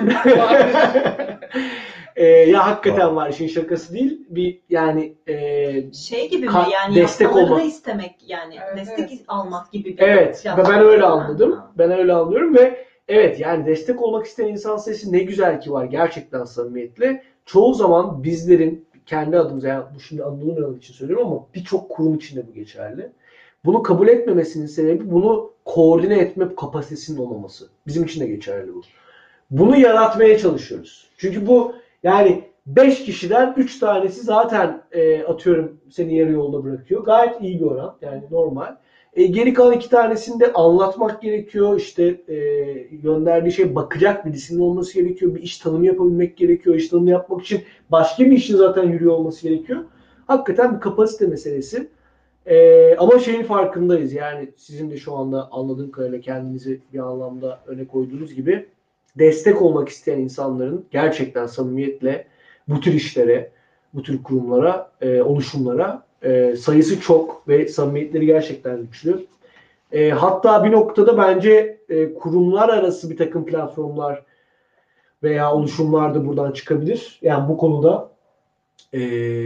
e, ya hakikaten var, işin şakası değil. Bir yani e, Şey gibi mi Ka- yani destek yapmalarını olmak. istemek yani Evet, destek evet. almak gibi bir Evet, platform. ben öyle anladım. Ha. Ben öyle anlıyorum ve evet yani destek olmak isteyen insan sayısı ne güzel ki var gerçekten samimiyetle. Çoğu zaman bizlerin kendi adımıza, yani bu şimdi Anadolu için söylüyorum ama birçok kurum için de bu geçerli. Bunu kabul etmemesinin sebebi bunu koordine etme kapasitesinin olmaması. Bizim için de geçerli bu. Bunu yaratmaya çalışıyoruz. Çünkü bu yani beş kişiden üç tanesi zaten e, atıyorum seni yarı yolda bırakıyor. Gayet iyi bir oran. Yani normal. E, geri kalan iki tanesini de anlatmak gerekiyor. İşte e, gönderdiği şey bakacak birisinin olması gerekiyor. Bir iş tanımı yapabilmek gerekiyor. İş tanımı yapmak için başka bir işin zaten yürüyor olması gerekiyor. Hakikaten bir kapasite meselesi. E, ama şeyin farkındayız. Yani sizin de şu anda anladığım kadarıyla kendinizi bir anlamda öne koyduğunuz gibi destek olmak isteyen insanların gerçekten samimiyetle bu tür işlere, bu tür kurumlara, e, oluşumlara e, sayısı çok ve samimiyetleri gerçekten güçlü. E, hatta bir noktada bence e, kurumlar arası bir takım platformlar veya oluşumlar da buradan çıkabilir. Yani bu konuda e,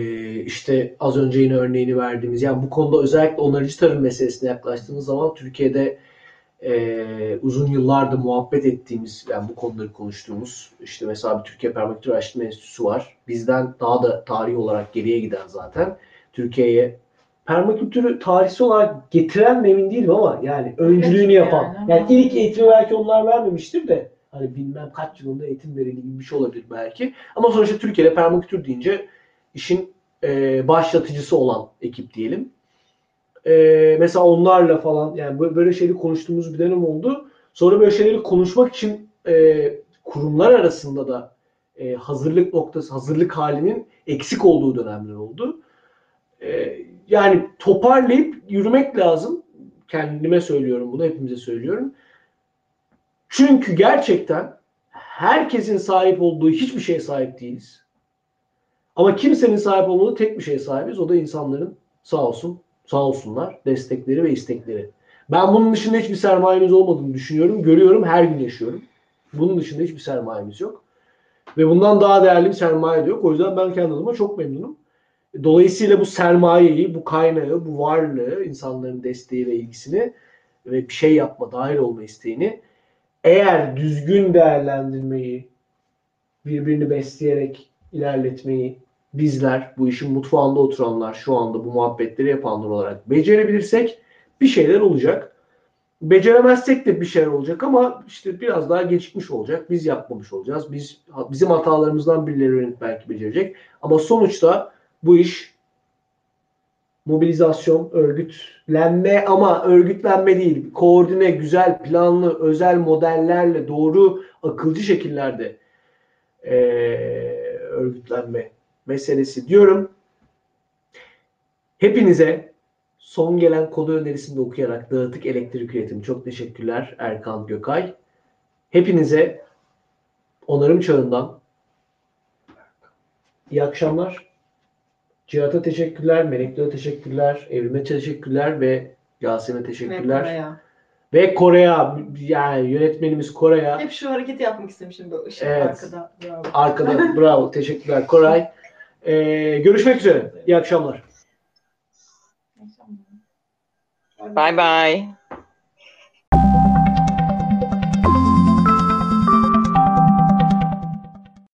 işte az önce yine örneğini verdiğimiz, yani bu konuda özellikle onarıcı tarım meselesine yaklaştığımız zaman Türkiye'de Ee, uzun yıllardır muhabbet ettiğimiz, yani bu konuları konuştuğumuz, işte mesela bir Türkiye Permakültür Araştırma Enstitüsü var. Bizden daha da tarihi olarak geriye giden zaten. Türkiye'ye permakültürü tarihsel olarak getiren mi emin değilim ama yani öncülüğünü yapan. Yani. Yani ilk eğitimi belki onlar vermemiştir de hani bilmem kaç yılında eğitim verildiği gibi bir şey olabilir belki. Ama sonuçta Türkiye'de permakültür deyince işin e, başlatıcısı olan ekip diyelim. Ee, mesela onlarla falan yani böyle şeyleri konuştuğumuz bir dönem oldu. Sonra böyle şeyleri konuşmak için e, kurumlar arasında da e, hazırlık noktası, hazırlık halinin eksik olduğu dönemler oldu. E, yani toparlayıp yürümek lazım. Kendime söylüyorum bunu, hepimize söylüyorum. Çünkü gerçekten herkesin sahip olduğu hiçbir şeye sahip değiliz. Ama kimsenin sahip olmadığı tek bir şeye sahibiz. O da insanların sağ olsun Sağ olsunlar destekleri ve istekleri. Ben bunun dışında hiçbir sermayemiz olmadığını düşünüyorum. Görüyorum, her gün yaşıyorum. Bunun dışında hiçbir sermayemiz yok. Ve bundan daha değerli bir sermaye de yok. O yüzden ben kendi adıma çok memnunum. Dolayısıyla bu sermayeyi, bu kaynağı, bu varlığı, insanların desteği ve ilgisini ve bir şey yapma, dahil olma isteğini eğer düzgün değerlendirmeyi, birbirini besleyerek ilerletmeyi bizler, bu işin mutfağında oturanlar, şu anda bu muhabbetleri yapanlar olarak becerebilirsek bir şeyler olacak. Beceremezsek de bir şeyler olacak ama işte biraz daha gecikmiş olacak. Biz yapmamış olacağız. Biz bizim hatalarımızdan birileri öğrenip belki becerecek. Ama sonuçta bu iş mobilizasyon, örgütlenme ama örgütlenme değil. Koordine, güzel, planlı, özel modellerle doğru, akılcı şekillerde ee, örgütlenme meselesi diyorum. Hepinize son gelen konu önerisini de okuyarak dağıtık elektrik üretimi. Çok teşekkürler Erkan Gökay. Hepinize onarım çağından iyi akşamlar. Cihat'a teşekkürler, Melek'e teşekkürler, Evrim'e teşekkürler ve Yasemin'e teşekkürler. Ve Kore'ye, yani yönetmenimiz Kore'ye. Hep şu hareketi yapmak istemişim böyle ışık evet. arkada. Bravo. Arkada bravo. Teşekkürler Koray. Ee, görüşmek üzere. İyi akşamlar. Bye bye.